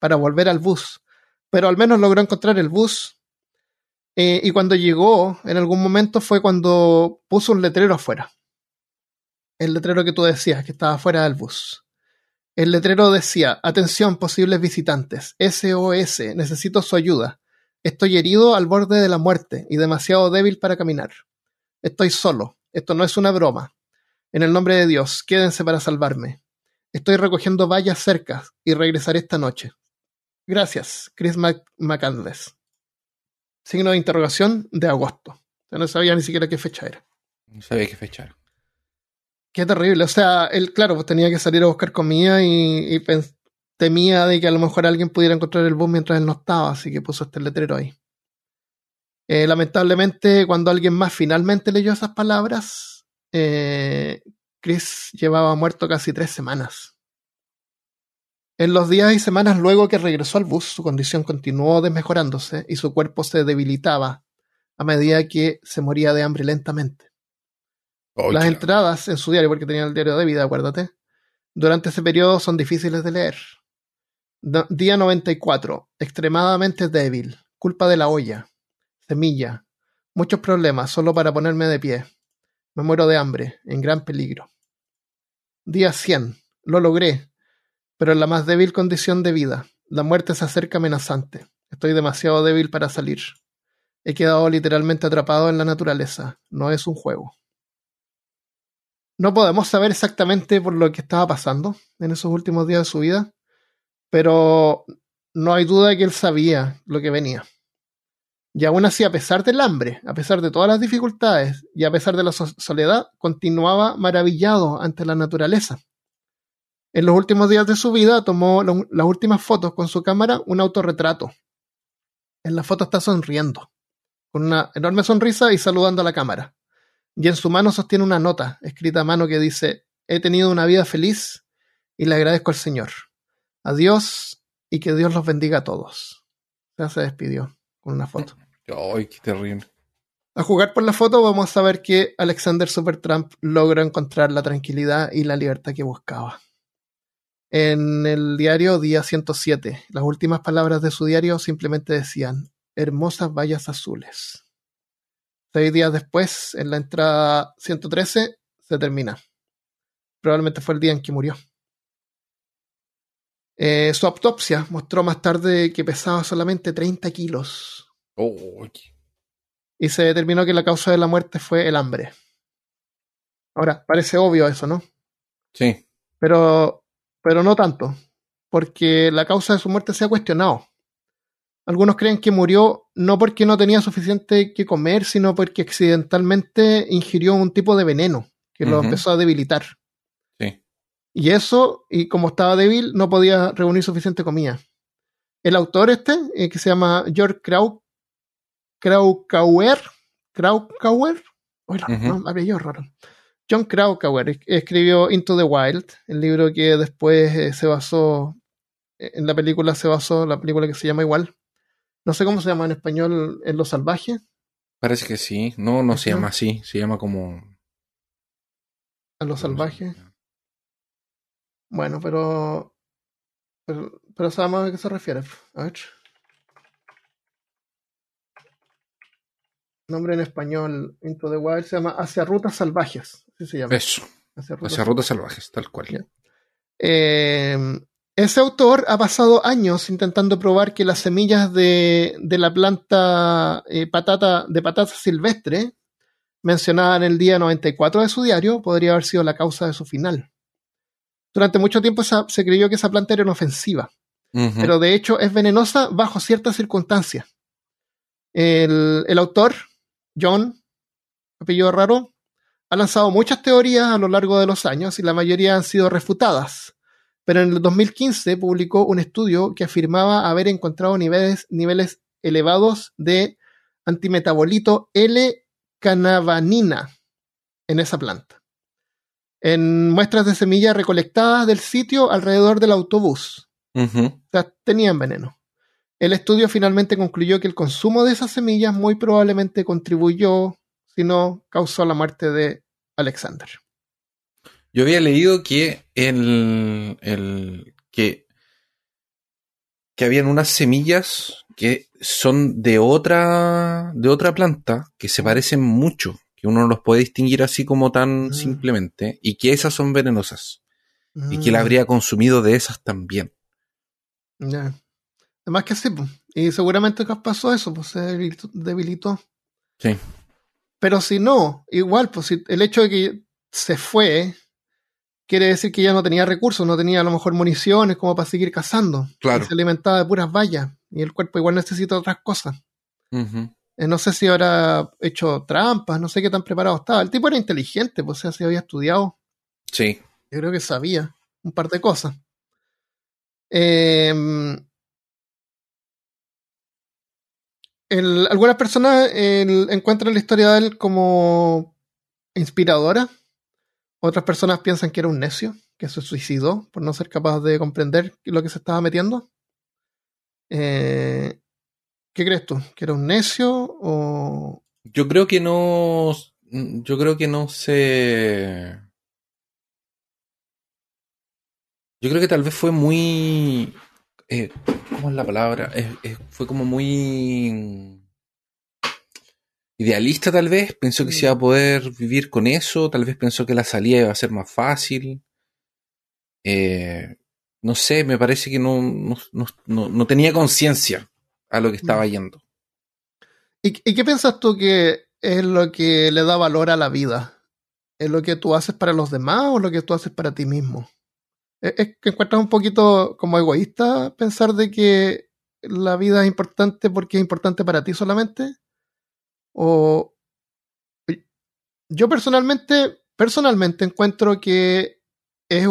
para volver al bus, pero al menos logró encontrar el bus. Y cuando llegó, en algún momento fue cuando puso un letrero afuera. El letrero que tú decías, que estaba fuera del bus. El letrero decía: atención, posibles visitantes, SOS, necesito su ayuda. Estoy herido al borde de la muerte y demasiado débil para caminar. Estoy solo, esto no es una broma. En el nombre de Dios, quédense para salvarme. Estoy recogiendo vallas cerca y regresaré esta noche. Gracias, Chris McCandless. Signo de interrogación de agosto. O sea, no sabía ni siquiera qué fecha era. No sabía qué fecha era. Qué terrible. O sea, él, claro, pues tenía que salir a buscar comida y temía de que a lo mejor alguien pudiera encontrar el bus mientras él no estaba, así que puso este letrero ahí. Lamentablemente, cuando alguien más finalmente leyó esas palabras, Chris llevaba muerto casi 3 semanas. En los días y semanas luego que regresó al bus, su condición continuó desmejorándose y su cuerpo se debilitaba a medida que se moría de hambre lentamente. Las entradas en su diario, porque tenía el diario de vida, acuérdate, durante ese periodo son difíciles de leer. Día 94, extremadamente débil, culpa de la olla, semilla, muchos problemas solo para ponerme de pie. Me muero de hambre, en gran peligro. Día 100, lo logré, pero en la más débil condición de vida. La muerte se acerca amenazante. Estoy demasiado débil para salir. He quedado literalmente atrapado en la naturaleza. No es un juego. No podemos saber exactamente por lo que estaba pasando en esos últimos días de su vida, pero no hay duda de que él sabía lo que venía. Y aún así, a pesar del hambre, a pesar de todas las dificultades y a pesar de la soledad, continuaba maravillado ante la naturaleza. En los últimos días de su vida tomó las últimas fotos con su cámara, un autorretrato. En la foto está sonriendo, con una enorme sonrisa y saludando a la cámara. Y en su mano sostiene una nota escrita a mano que dice: he tenido una vida feliz y le agradezco al Señor. Adiós y que Dios los bendiga a todos. Ya se despidió con una foto. ¡Ay, qué terrible! A jugar por la foto vamos a ver que Alexander Supertramp logró encontrar la tranquilidad y la libertad que buscaba. En el diario día 107, las últimas palabras de su diario simplemente decían: hermosas vallas azules. 6 días después, en la entrada 113, se termina. Probablemente fue el día en que murió. Su autopsia mostró más tarde que pesaba solamente 30 kilos. Oh. Y se determinó que la causa de la muerte fue el hambre. Ahora, parece obvio eso, ¿no? Sí. Pero no tanto, porque la causa de su muerte se ha cuestionado. Algunos creen que murió no porque no tenía suficiente que comer, sino porque accidentalmente ingirió un tipo de veneno que lo empezó a debilitar. Sí. Y eso, y como estaba débil, no podía reunir suficiente comida. El autor que se llama George Krakauer, no, apellido raro. John Krakauer escribió Into the Wild, el libro que después se basó, en la película que se llama igual. No sé cómo se llama en español, En lo salvaje. Parece que sí. No se llama así. Se llama como... A lo salvaje. Bueno, pero sabemos a qué se refiere. A ver. Nombre en español, Into the Wild, se llama Hacia Rutas Salvajes. Así se llama. Eso. Hacia Rutas Salvajes, tal cual. Ese autor ha pasado años intentando probar que las semillas de la planta patata silvestre, mencionada en el día 94 de su diario, podría haber sido la causa de su final. Durante mucho tiempo se creyó que esa planta era inofensiva, pero de hecho es venenosa bajo ciertas circunstancias. El autor, John, apellido raro, ha lanzado muchas teorías a lo largo de los años y la mayoría han sido refutadas. Pero en el 2015 publicó un estudio que afirmaba haber encontrado niveles elevados de antimetabolito L-canavanina en esa planta, en muestras de semillas recolectadas del sitio alrededor del autobús. O sea, tenían veneno. El estudio finalmente concluyó que el consumo de esas semillas muy probablemente contribuyó, si no causó la muerte de Alexander. Yo había leído que que que habían unas semillas que son de otra planta que se parecen mucho, que uno no los puede distinguir así como tan simplemente, y que esas son venenosas. Y que él habría consumido de esas también. Ya. Además que sí, pues. Y seguramente que pasó eso, pues se debilitó. Sí. Pero si no, igual, pues si el hecho de que se fue, quiere decir que ya no tenía recursos, no tenía a lo mejor municiones como para seguir cazando. Claro. Y se alimentaba de puras bayas. Y el cuerpo igual necesita otras cosas. Uh-huh. No sé si habrá hecho trampas, no sé qué tan preparado estaba. El tipo era inteligente, pues o sea, si había estudiado. Sí. Yo creo que sabía un par de cosas. Algunas personas encuentran la historia de él como inspiradora. Otras personas piensan que era un necio, que se suicidó por no ser capaz de comprender lo que se estaba metiendo. ¿Qué crees tú? ¿Que era un necio o...? Yo creo que no se... Yo creo que tal vez fue muy... ¿cómo es la palabra? Fue como muy... idealista tal vez. Pensó que se iba a poder vivir con eso. Tal vez pensó que la salida iba a ser más fácil. No sé, me parece que no tenía conciencia a lo que estaba yendo. ¿Y qué piensas tú que es lo que le da valor a la vida? ¿Es lo que tú haces para los demás o lo que tú haces para ti mismo? ¿Es que encuentras un poquito como egoísta pensar de que la vida es importante porque es importante para ti solamente? O yo personalmente encuentro que es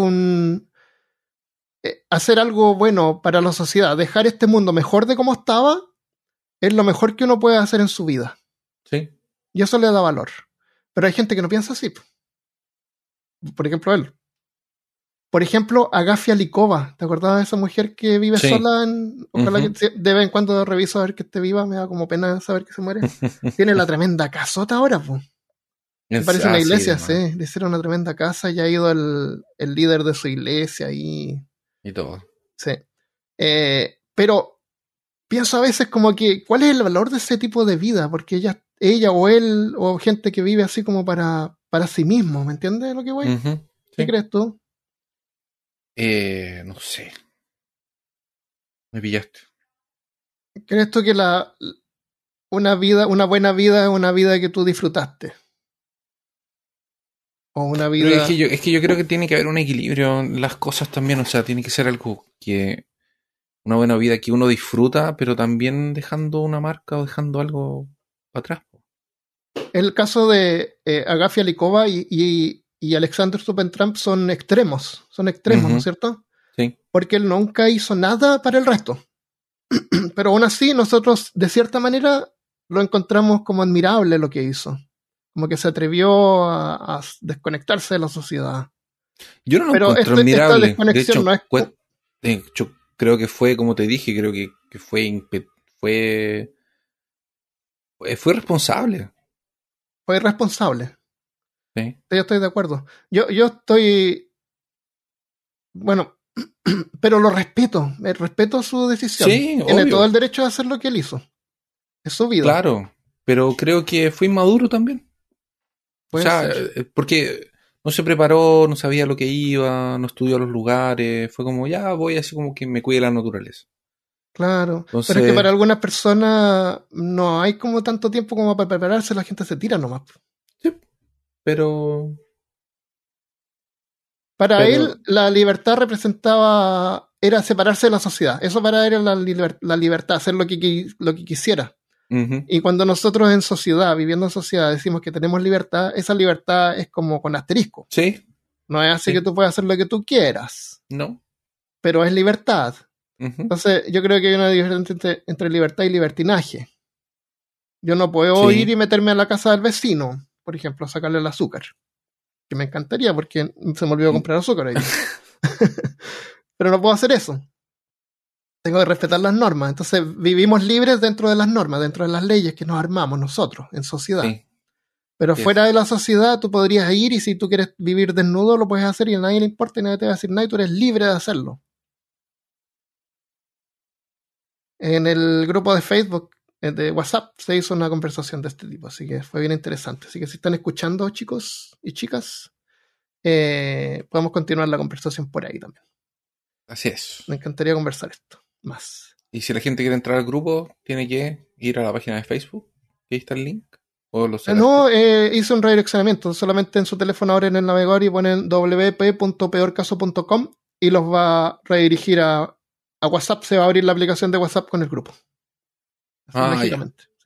hacer algo bueno para la sociedad, dejar este mundo mejor de como estaba, es lo mejor que uno puede hacer en su vida. Sí. Y eso le da valor. Pero hay gente que no piensa así. Por ejemplo, él. Por ejemplo, Agafia Likova. ¿Te acordabas de esa mujer que vive sola? Ojalá que de vez en cuando reviso a ver que esté viva. Me da como pena saber que se muere. Tiene la tremenda casota ahora, pues. Me parece una iglesia, sí. Le hicieron una tremenda casa y ha ido el líder de su iglesia ahí. Y todo. Sí. Pero pienso a veces como que, ¿cuál es el valor de ese tipo de vida? Porque ella o él o gente que vive así como para sí mismo, ¿me entiendes lo que voy? ¿Qué crees tú? No sé. Me pillaste. ¿Crees tú que una buena vida es una vida que tú disfrutaste? O una vida... Pero es que yo creo que tiene que haber un equilibrio en las cosas también, o sea, tiene que ser algo que... Una buena vida que uno disfruta, pero también dejando una marca o dejando algo atrás. El caso de Agafia Likova y Alexander Supertramp son extremos, ¿no es cierto? Sí. Porque él nunca hizo nada para el resto. Pero aún así, nosotros, de cierta manera, lo encontramos como admirable lo que hizo. Como que se atrevió a desconectarse de la sociedad. Yo no lo encuentro admirable. Esta desconexión de hecho, creo que fue, como te dije, creo que fue responsable. Fue irresponsable. Sí. Yo estoy de acuerdo. Yo estoy... Bueno, pero lo respeto. Respeto su decisión. Sí, tiene obvio. todo el derecho de hacer lo que él hizo. Es su vida. Claro, pero creo que fue inmaduro también. Puede ser. Porque no se preparó, no sabía lo que iba, no estudió los lugares. Fue como, ya voy así como que me cuide la naturaleza. Claro, Entonces, pero es que para algunas personas no hay como tanto tiempo como para prepararse, la gente se tira nomás. Sí, pero... Para él la libertad era separarse de la sociedad, eso para él era la libertad, hacer lo que quisiera. Y cuando nosotros en sociedad, viviendo en sociedad, decimos que tenemos libertad, esa libertad es como con asterisco. Sí. No es así que tú puedas hacer lo que tú quieras. No. Pero es libertad. Entonces, yo creo que hay una diferencia entre libertad y libertinaje. Yo no puedo ir y meterme a la casa del vecino, por ejemplo, a sacarle el azúcar. Que me encantaría porque se me olvidó comprar azúcar ahí. Pero no puedo hacer eso. Tengo que respetar las normas. Entonces, vivimos libres dentro de las normas, dentro de las leyes que nos armamos nosotros, en sociedad. Sí. Pero fuera de la sociedad, tú podrías ir y si tú quieres vivir desnudo, lo puedes hacer y a nadie le importa y nadie te va a decir nada y tú eres libre de hacerlo. en el grupo de Facebook de WhatsApp se hizo una conversación de este tipo, así que fue bien interesante. Así que si están escuchando, chicos y chicas, podemos continuar la conversación por ahí también. Así es. Me encantaría conversar esto más. Y si la gente quiere entrar al grupo, tiene que ir a la página de Facebook, que ahí está el link. ¿O lo no, hice un redireccionamiento. Solamente en su teléfono abren el navegador y ponen wp.peorcaso.com y los va a redirigir a WhatsApp. Se va a abrir la aplicación de WhatsApp con el grupo. Mágicamente. Sí.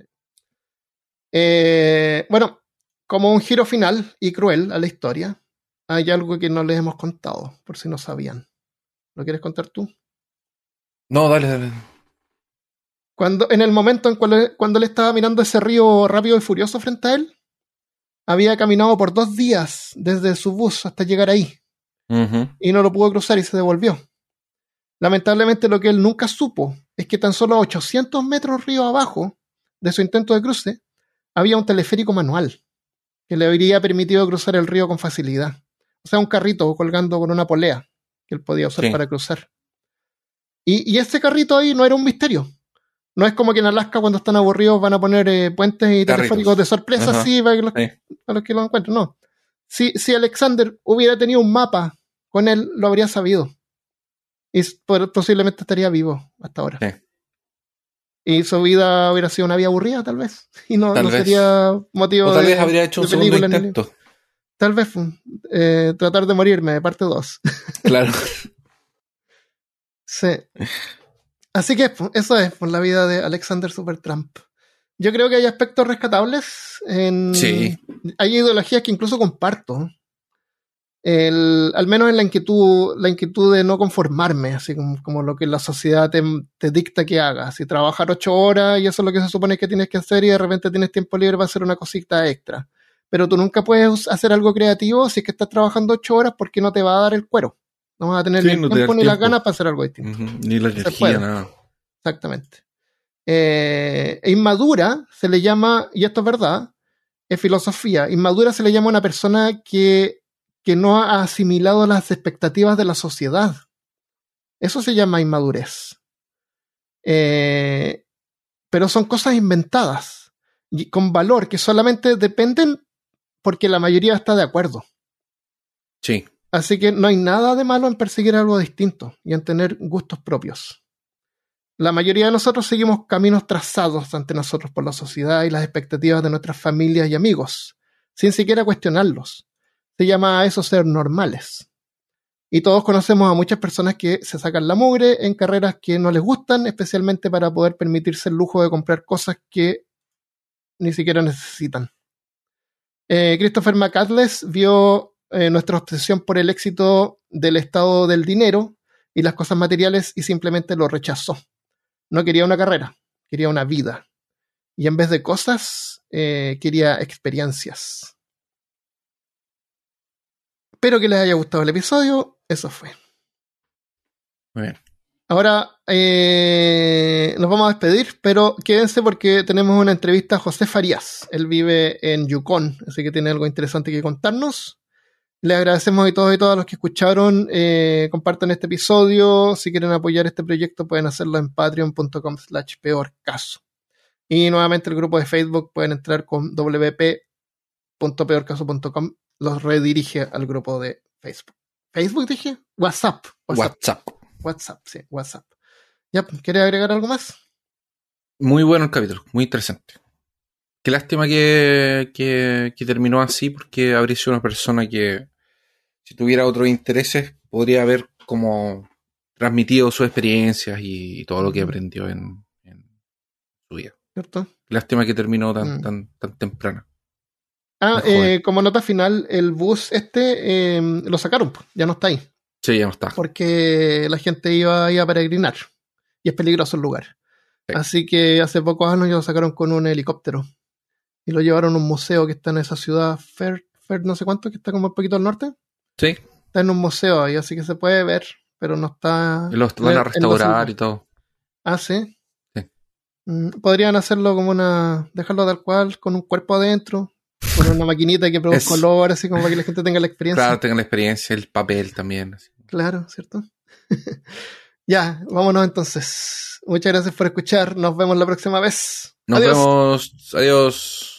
Bueno, como un giro final y cruel a la historia, hay algo que no les hemos contado, por si no sabían. ¿Lo quieres contar tú? No, dale. En el momento cuando él estaba mirando ese río rápido y furioso frente a él, había caminado por 2 días desde su bus hasta llegar ahí. Uh-huh. Y no lo pudo cruzar y se devolvió. Lamentablemente lo que él nunca supo es que tan solo a 800 metros río abajo de su intento de cruce había un teleférico manual que le habría permitido cruzar el río con facilidad. O sea, un carrito colgando con una polea que él podía usar para cruzar. Y ese carrito ahí no era un misterio. No es como que en Alaska cuando están aburridos van a poner puentes y teleféricos de sorpresa así para los que lo encuentren. No. Si Alexander hubiera tenido un mapa con él, lo habría sabido. Y posiblemente estaría vivo hasta ahora. Sí. Y su vida hubiera sido una vida aburrida, tal vez. Y no sería motivo o tal vez habría hecho un segundo intento. Tal vez tratar de morirme, parte 2. Claro. Sí. Así que eso es por la vida de Alexander Supertramp. Yo creo que hay aspectos rescatables. Sí. Hay ideologías que incluso comparto. Al menos en la inquietud de no conformarme, así como lo que la sociedad te dicta que hagas. Si trabajar 8 horas y eso es lo que se supone que tienes que hacer y de repente tienes tiempo libre para hacer una cosita extra. Pero tú nunca puedes hacer algo creativo si es que estás trabajando 8 horas porque no te va a dar el cuero. No vas a tener ni el tiempo ni las ganas para hacer algo distinto. Uh-huh. Ni la energía, nada. Exactamente. Inmadura se le llama, y esto es verdad, es filosofía. Inmadura se le llama a una persona que no ha asimilado las expectativas de la sociedad. Eso se llama inmadurez. Pero son cosas inventadas, y con valor, que solamente dependen porque la mayoría está de acuerdo. Sí. Así que no hay nada de malo en perseguir algo distinto y en tener gustos propios. La mayoría de nosotros seguimos caminos trazados ante nosotros por la sociedad y las expectativas de nuestras familias y amigos, sin siquiera cuestionarlos. Se llama a eso ser normales. Y todos conocemos a muchas personas que se sacan la mugre en carreras que no les gustan, especialmente para poder permitirse el lujo de comprar cosas que ni siquiera necesitan. Christopher McCandless vio nuestra obsesión por el éxito del estado del dinero y las cosas materiales y simplemente lo rechazó. No quería una carrera, quería una vida. Y en vez de cosas, quería experiencias. Espero que les haya gustado el episodio. Eso fue. Muy bien. Ahora nos vamos a despedir, pero quédense porque tenemos una entrevista a José Farías. Él vive en Yukon, así que tiene algo interesante que contarnos. Les agradecemos a todos y todas los que escucharon. Compartan este episodio. Si quieren apoyar este proyecto pueden hacerlo en patreon.com/peorcaso. Y nuevamente el grupo de Facebook pueden entrar con wp.peorcaso.com. Los redirige al grupo de Facebook. ¿Facebook dije? WhatsApp. Sí, WhatsApp. Ya, ¿quieres agregar algo más? Muy bueno el capítulo, muy interesante. Qué lástima que terminó así, porque habría sido una persona que, si tuviera otros intereses, podría haber como transmitido sus experiencias y todo lo que aprendió en su vida. ¿Cierto? Lástima que terminó tan temprana. Como nota final, el bus lo sacaron, ya no está ahí. Sí, ya no está. Porque la gente iba a peregrinar y es peligroso el lugar. Sí. Así que hace pocos años ya lo sacaron con un helicóptero y lo llevaron a un museo que está en esa ciudad, Fair no sé cuánto, que está como un poquito al norte. Sí. Está en un museo ahí, así que se puede ver, pero no está... Y los van a restaurar y todo. Ah, ¿sí? Sí. Podrían hacerlo como dejarlo tal cual, con un cuerpo adentro, con una maquinita que produce color, así como para que la gente tenga la experiencia. Claro, tenga la experiencia, el papel también. Así. Claro, ¿cierto? Ya, vámonos entonces. Muchas gracias por escuchar. Nos vemos la próxima vez. Nos vemos. Adiós.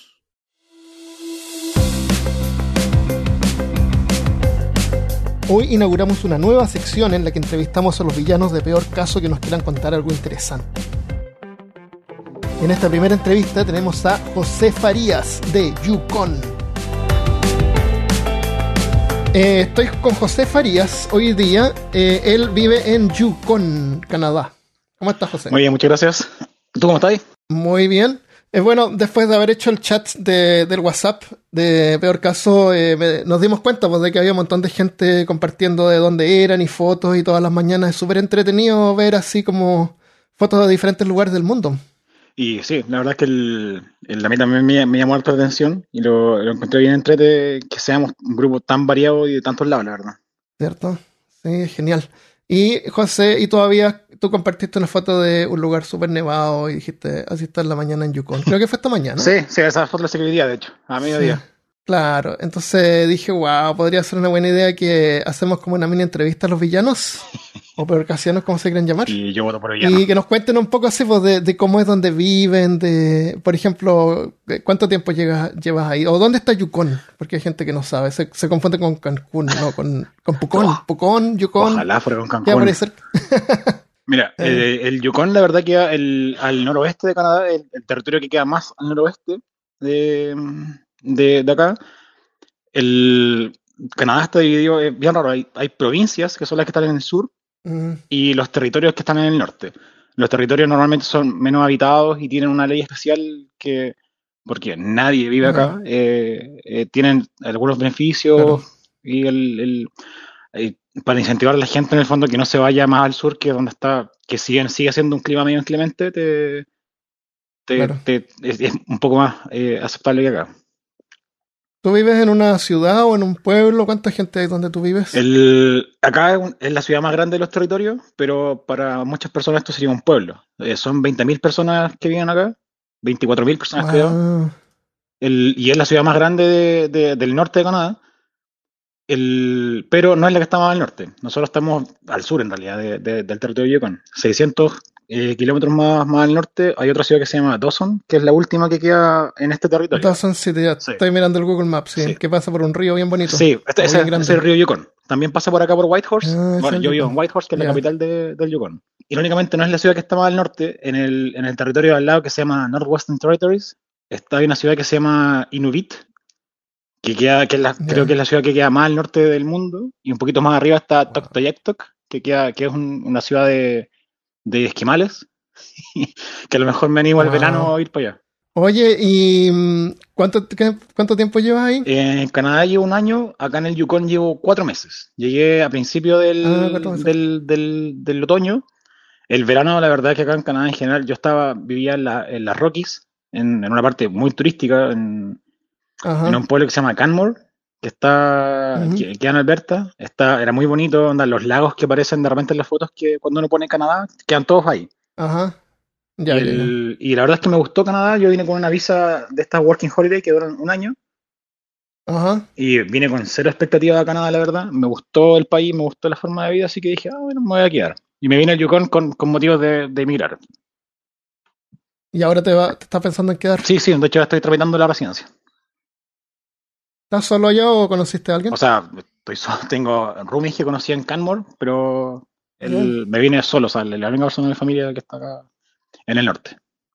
Hoy inauguramos una nueva sección en la que entrevistamos a los villanos de peor caso que nos quieran contar algo interesante. En esta primera entrevista tenemos a José Farías de Yukon. Estoy con José Farías hoy día. Él vive en Yukon, Canadá. ¿Cómo estás, José? Muy bien, muchas gracias. ¿Tú cómo estás? Muy bien. Bueno, después de haber hecho el chat del WhatsApp de Peor Caso, nos dimos cuenta pues, de que había un montón de gente compartiendo de dónde eran y fotos y todas las mañanas. Es súper entretenido ver así como fotos de diferentes lugares del mundo. Y sí, la verdad es que a mí también me llamó harta la atención y lo encontré bien entrete que seamos un grupo tan variado y de tantos lados, la verdad. ¿Cierto? Sí, genial. Y José, tú compartiste una foto de un lugar súper nevado y dijiste, así está en la mañana en Yukon. Creo que fue esta mañana. Sí, esa foto la saqué hoy día, de hecho, a mediodía. Sí, claro, entonces dije, wow, podría ser una buena idea que hacemos como una mini entrevista a los villanos, o peor casiones, como se quieren llamar. Y yo voto por villano. Y que nos cuenten un poco así pues, de cómo es donde viven, por ejemplo, cuánto tiempo llevas ahí, o dónde está Yukon, porque hay gente que no sabe, se confunde con Cancún, no, con Pucón. Oh, Pucón, Yukon. Ojalá fuera con Cancún. Queda por ahí cerca. Mira, el Yukon la verdad queda al noroeste de Canadá, el territorio que queda más al noroeste de acá. El Canadá está dividido, es bien raro, hay provincias que son las que están en el sur y los territorios que están en el norte. Los territorios normalmente son menos habitados y tienen una ley especial porque nadie vive acá, tienen algunos beneficios y para incentivar a la gente en el fondo que no se vaya más al sur, que es donde está, que sigue siendo un clima medio inclemente, es un poco más aceptable que acá. ¿Tú vives en una ciudad o en un pueblo? ¿Cuánta gente hay donde tú vives? Acá es la ciudad más grande de los territorios, pero para muchas personas esto sería un pueblo. Son 20.000 personas que viven acá, 24.000 personas creo. Y es la ciudad más grande del norte de Canadá, pero no es la que está más al norte. Nosotros estamos al sur en realidad del territorio de Yukon. 600 kilómetros más al norte hay otra ciudad que se llama Dawson, que es la última que queda en este territorio. Dawson City, ya sí. Estoy mirando el Google Maps, sí, que pasa por un río bien bonito. Sí, es el río Yukon. También pasa por acá por Whitehorse. Bueno, yo vivo en Whitehorse, que es la capital del Yukon. Irónicamente no es la ciudad que está más al norte, en el territorio al lado que se llama Northwestern Territories, hay una ciudad que se llama Inuvik, creo que es la ciudad que queda más al norte del mundo, y un poquito más arriba está Tuktoyaktuk, que es una ciudad de esquimales, que a lo mejor me animo al verano a ir para allá. Oye, ¿y cuánto tiempo llevas ahí? En Canadá llevo 1 año, acá en el Yukon llevo 4 meses. Llegué a principio del otoño. El verano, la verdad es que acá en Canadá en general, vivía en las Rockies, en una parte muy turística, en un pueblo que se llama Canmore, que queda en Alberta. Era muy bonito, los lagos que aparecen de repente en las fotos que cuando uno pone Canadá, quedan todos ahí. Ajá. Y la verdad es que me gustó Canadá. Yo vine con una visa de estas Working Holiday que duran 1 año. Ajá. Y vine con 0 expectativas a Canadá, la verdad. Me gustó el país, me gustó la forma de vida, así que dije, bueno, me voy a quedar. Y me vine al Yukon con motivos de emigrar. ¿Y ahora te estás pensando en quedar? Sí, de hecho ya estoy tramitando la residencia. ¿Estás solo allá o conociste a alguien? O sea, tengo roomies que conocí en Canmore, pero me vine solo, o sea, la única persona de mi familia que está acá en el norte.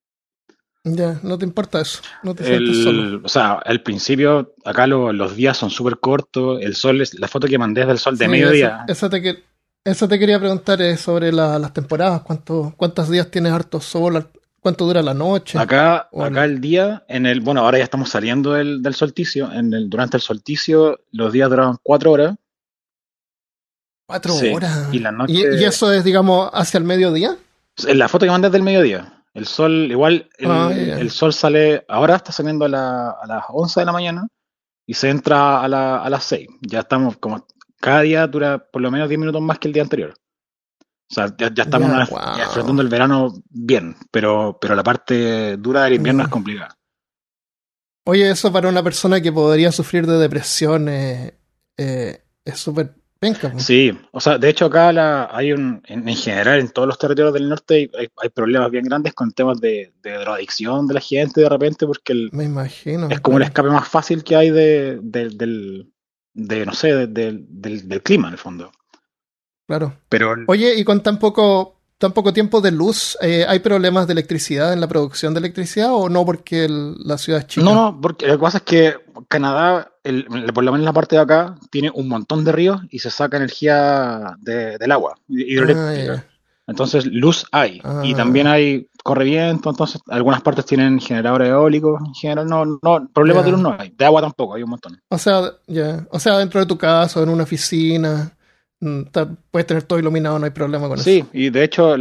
Ya, no te importa eso, no te sientes solo. O sea, al principio, acá los días son súper cortos, el sol, la foto que mandé es del sol de mediodía. Eso te quería preguntar sobre las temporadas, ¿cuántos días tienes harto sol? ¿Cuánto dura la noche? Acá el día, bueno, ahora ya estamos saliendo del solsticio. Durante el solsticio, los días duraban 4 horas. 4 horas. Y la noche. ¿Y eso es, digamos, hacia el mediodía? La foto que mandé es del mediodía. El sol, igual, el sol sale, ahora está saliendo a las 11 de la mañana y se entra a las 6. Ya estamos como, cada día dura por lo menos 10 minutos más que el día anterior. O sea, ya estamos enfrentando el verano bien, pero la parte dura del invierno es complicada. Oye, eso para una persona que podría sufrir de depresión es súper penca, pues. Sí, o sea, de hecho acá en general en todos los territorios del norte hay problemas bien grandes con temas de drogadicción de la gente de repente, porque Me imagino, es como el claro. escape más fácil que hay no sé, del clima en el fondo. Claro. Pero Oye, y con tan poco tiempo de luz, ¿hay problemas de electricidad en la producción de electricidad o no porque la ciudad es chica? no, porque lo que pasa es que Canadá, por lo menos en la parte de acá, tiene un montón de ríos y se saca energía del agua Ah, hidroeléctrica. ya. Entonces, luz hay. Y también Ah, hay correviento, entonces algunas partes tienen generadores eólicos. En general, no, problemas de luz ya. no hay. De agua tampoco, hay un montón. O sea, ya. O sea, dentro de tu casa o en una oficina, puedes tener todo iluminado, no hay problema con eso. Sí, y de hecho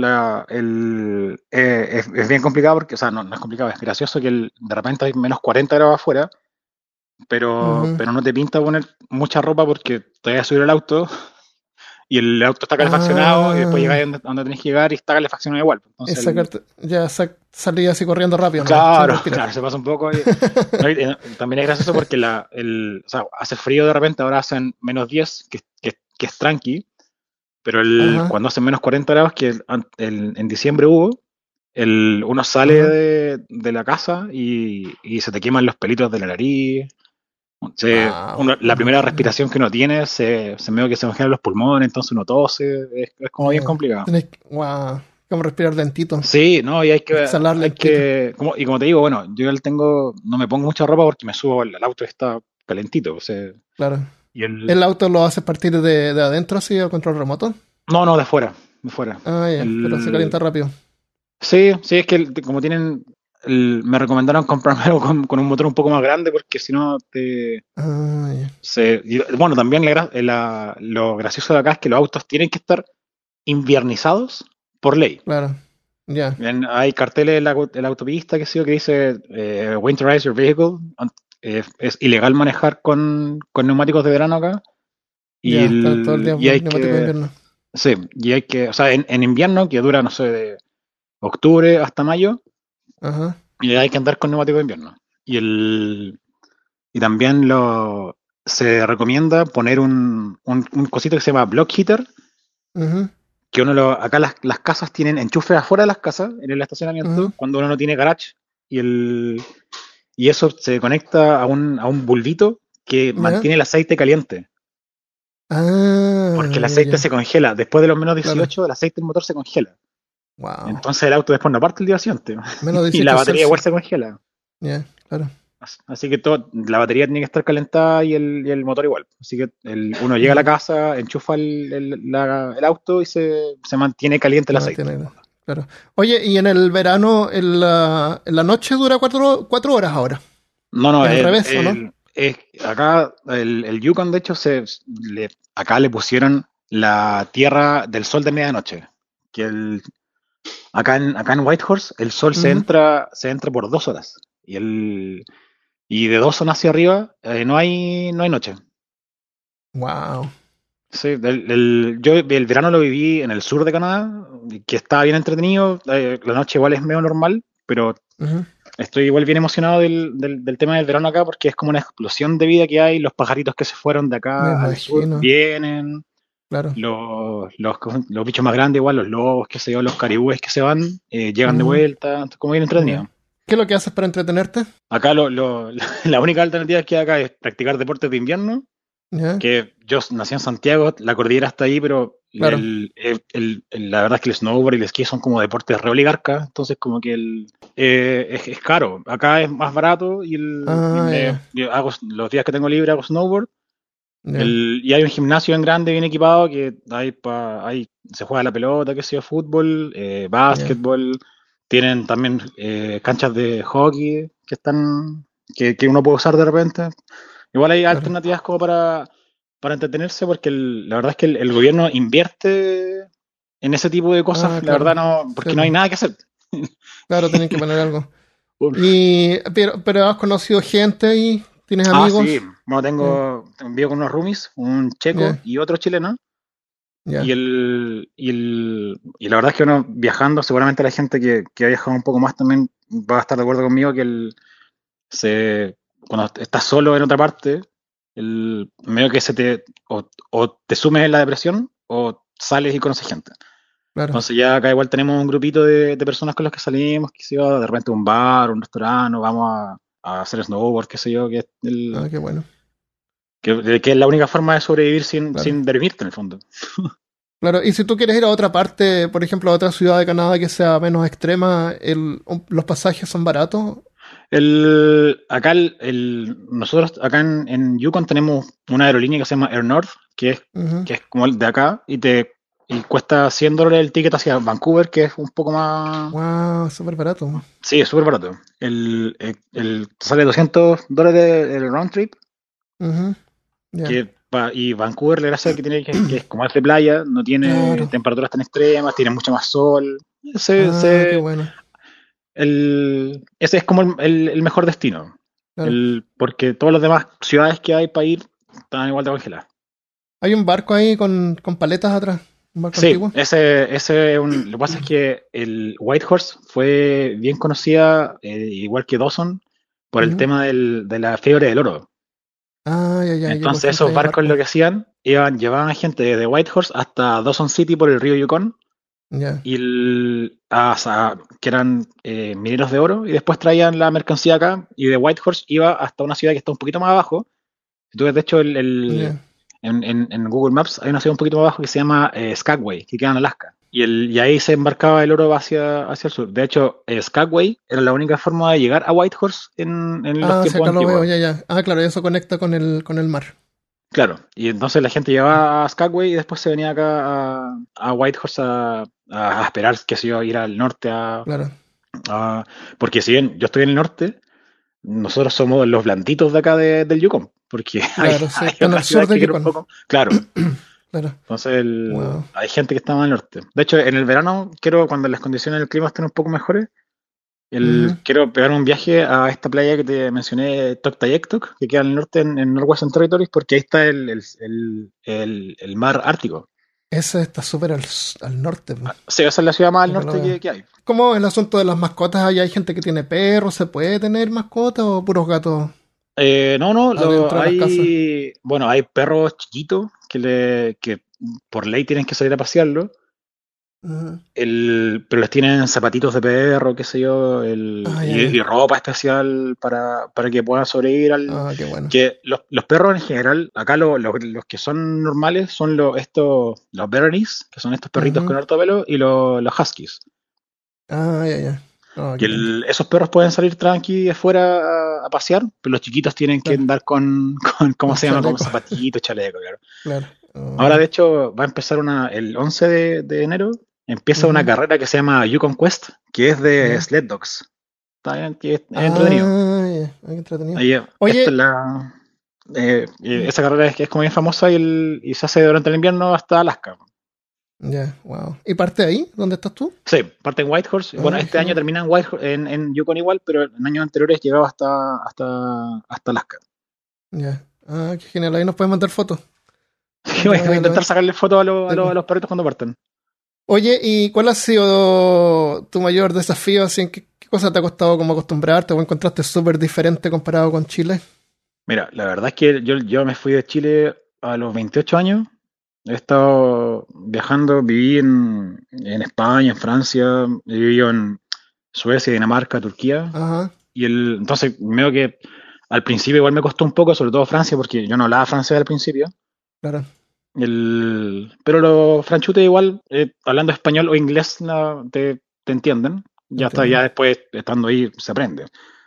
es bien complicado porque, o sea, no es complicado, es gracioso que de repente hay menos 40 grados afuera, Ujú. pero no te pinta poner mucha ropa porque te vas a subir al auto y el auto está calefaccionado y después llegas Ah, donde tenés que llegar y está calefaccionado igual. es Entonces, sacarte, ya salí así corriendo rápido nomás, sin claro, respirar. claro, se pasa un poco. No, también es gracioso porque o sea, hace frío de repente, ahora hacen -10, que es tranqui, pero Ajá, cuando hacen -40 grados, que en diciembre hubo, uno sale ajá. de la casa y se te queman los pelitos de la nariz. Wow, me La primera imagino. respiración que uno tiene se medio que se congelan los pulmones, entonces uno tose, es como bien Ya. complicado. Wow, como respirar lentito, Sí, no, y exhalar lentito. y como te digo, bueno, yo igual no me pongo mucha ropa porque me subo al auto y está calentito, o sea, Claro. y ¿El auto lo hace partir de adentro así, al control remoto? no, de fuera. Ah, ya, pero se calienta rápido. Sí, sí, es que como me recomendaron comprarme algo con un motor un poco más grande porque si no Ah, ya, bueno, también lo gracioso de acá es que los autos tienen que estar inviernizados por ley. claro. Ya. Hay carteles en la autopista que dice winterize your vehicle. Es ilegal manejar con neumáticos de verano acá. Ya, está todo el día Y por hay neumático de que, invierno. sí, o sea, en invierno, que dura, no sé, de octubre hasta mayo, Ajá. y hay que andar con neumáticos de invierno. Y también se recomienda poner un cosito que se llama block heater, Ujú, que acá las casas tienen enchufes afuera de las casas, en el estacionamiento, ujú, cuando uno no tiene garage, y eso se conecta a un bulbito que ya. mantiene el aceite caliente, porque Ah, el ya, aceite se ya. congela. Después de los menos Claro. 18, el aceite del motor se congela. Wow. Entonces el auto después no parte el día siguiente. Menos Y la 18 batería igual Celsius. se congela. Ya, claro. Así que la batería tiene que estar calentada y el motor igual. Así que uno llega a la Ya. casa, enchufa el auto y se mantiene caliente el Se aceite. mantiene. Claro. Oye, y en el verano, en la noche dura 4 horas ahora. No, no, Es al revés, ¿o no? acá el Yukon, de hecho, acá le pusieron la tierra del sol de medianoche. Que acá en Whitehorse el sol Ujú. se entra por 2 horas. Y de 2 horas hacia arriba no hay noche. Wow. Sí, yo el verano lo viví en el sur de Canadá, que estaba bien entretenido. La noche igual es medio normal, pero Ujú. estoy igual bien emocionado del tema del verano acá porque es como una explosión de vida que hay. Los pajaritos que se fueron de Me acá al sur imagino. vienen. Claro. Los bichos más grandes, igual, los lobos, qué sé yo, los caribúes que se van, llegan de Ujú. vuelta. Entonces, como bien Ya. entretenido. ¿Qué es lo que haces para entretenerte? Acá la única alternativa que hay acá es practicar deportes de invierno, Ya. que yo nací en Santiago, la cordillera está ahí, pero Claro. la verdad es que el snowboard y el esquí son como deportes re oligarcas, entonces como que es caro. Acá es más barato Ah, ya. yo hago los días que tengo libre hago snowboard. Ya. Y hay un gimnasio en grande, bien equipado, que ahí se juega la pelota, que sea fútbol, Ya. básquetbol. Tienen también canchas de hockey que uno puede usar de repente. Igual hay Claro. alternativas como para entretenerse, porque la verdad es que el gobierno invierte en ese tipo de cosas, Ah, la claro. verdad no, Sí, porque no hay pues. nada que hacer. Claro, tienen que poner algo. Uf. Pero has conocido gente y tienes Ah, sí, amigos. bueno, Ya, vivo con unos roomies, un checo ya, y otro chileno. Y, ya. la verdad es que uno viajando, seguramente la gente que ha viajado un poco más también va a estar de acuerdo conmigo que cuando estás solo en otra parte, medio que o te sumes en la depresión o sales y conoces gente. Claro. Entonces ya acá igual tenemos un grupito de personas con los que salimos, que se va de repente a un bar, un restaurante, o vamos a hacer snowboard, qué sé yo, que es qué bueno. Que es la única forma de sobrevivir sin deprimirte en el fondo. Claro, y si tú quieres ir a otra parte, por ejemplo, a otra ciudad de Canadá que sea menos extrema, ¿los pasajes son baratos? Nosotros acá en Yukon tenemos una aerolínea que se llama Air North, que es como el de acá, y cuesta $100 el ticket hacia Vancouver, que es un poco más... Wow, súper barato. Sí, es súper barato. Sale $200 el round trip. Y Vancouver, la gracia que tiene que es como es de playa, no tiene temperaturas tan extremas, tiene mucho más sol. Qué bueno. Ese es como el mejor destino. Claro. Porque todas las demás ciudades que hay para ir están igual de congeladas. ¿Hay un barco ahí con paletas atrás? ¿Un barco antiguo? Lo que pasa es que el Whitehorse fue bien conocida, igual que Dawson, por el tema de la fiebre del oro. Entonces esos barcos lo que hacían, llevaban gente desde Whitehorse hasta Dawson City por el río Yukon, y que eran mineros de oro, y después traían la mercancía acá, y de Whitehorse iba hasta una ciudad que está un poquito más abajo. Entonces, de hecho, en Google Maps hay una ciudad un poquito más abajo que se llama Skagway, que queda en Alaska. Y ahí se embarcaba el oro hacia el sur. De hecho, Skagway era la única forma de llegar a Whitehorse en los tiempos antiguos. Claro, eso conecta con el mar. Claro, y entonces la gente llegaba a Skagway y después se venía acá a Whitehorse a esperar, qué sé yo, ir al norte porque si bien yo estoy en el norte, nosotros somos los blanditos de acá del Yukon, porque hay otras ciudades que quieren un poco. Claro. Entonces hay gente que está más al norte. De hecho, en el verano, cuando las condiciones del clima estén un poco mejores, quiero pegar un viaje a esta playa que te mencioné, Tuktoyaktuk, que queda al norte en Northwestern Territories, porque ahí está el mar Ártico. Ese está súper al norte. Sí, esa es la ciudad más al norte que hay. ¿Cómo el asunto de las mascotas? ¿Allá hay gente que tiene perros? ¿Se puede tener mascotas o puros gatos? Hay perros chiquitos que por ley tienen que salir a pasearlo. Pero les tienen zapatitos de perro, qué sé yo, y ropa especial para que puedan sobrevivir qué bueno. Que los perros en general, acá los que son normales son los Berenice, que son estos perritos con harto pelo, y los Huskies. Esos perros pueden salir tranqui afuera a pasear, pero los chiquitos tienen que andar con ¿cómo se llama? Con zapatitos, chaleco, claro. Ahora, de hecho, va a empezar el 11 de enero. Empieza una carrera que se llama Yukon Quest, que es de sled dogs. Está bien, que es entretenido. Oye, esa carrera es como bien famosa y se hace durante el invierno hasta Alaska. Wow. ¿Y parte ahí? ¿Dónde estás tú? Sí, parte en Whitehorse. Este año termina en Whitehorse, en Yukon igual, pero en años anteriores llegaba hasta Alaska. Qué genial. Ahí nos puedes mandar fotos. Voy a intentar sacarle fotos a los perritos cuando parten. Oye, ¿y cuál ha sido tu mayor desafío? Así, ¿qué cosa te ha costado como acostumbrarte o encontraste súper diferente comparado con Chile? Mira, la verdad es que yo me fui de Chile a los 28 años. He estado viajando, viví en España, en Francia, he vivido en Suecia, Dinamarca, Turquía. Entonces, veo que al principio igual me costó un poco, sobre todo Francia, porque yo no hablaba francés al principio. Claro. Pero los franchutes igual, hablando español o inglés, te entienden. Ya después, estando ahí, se aprende.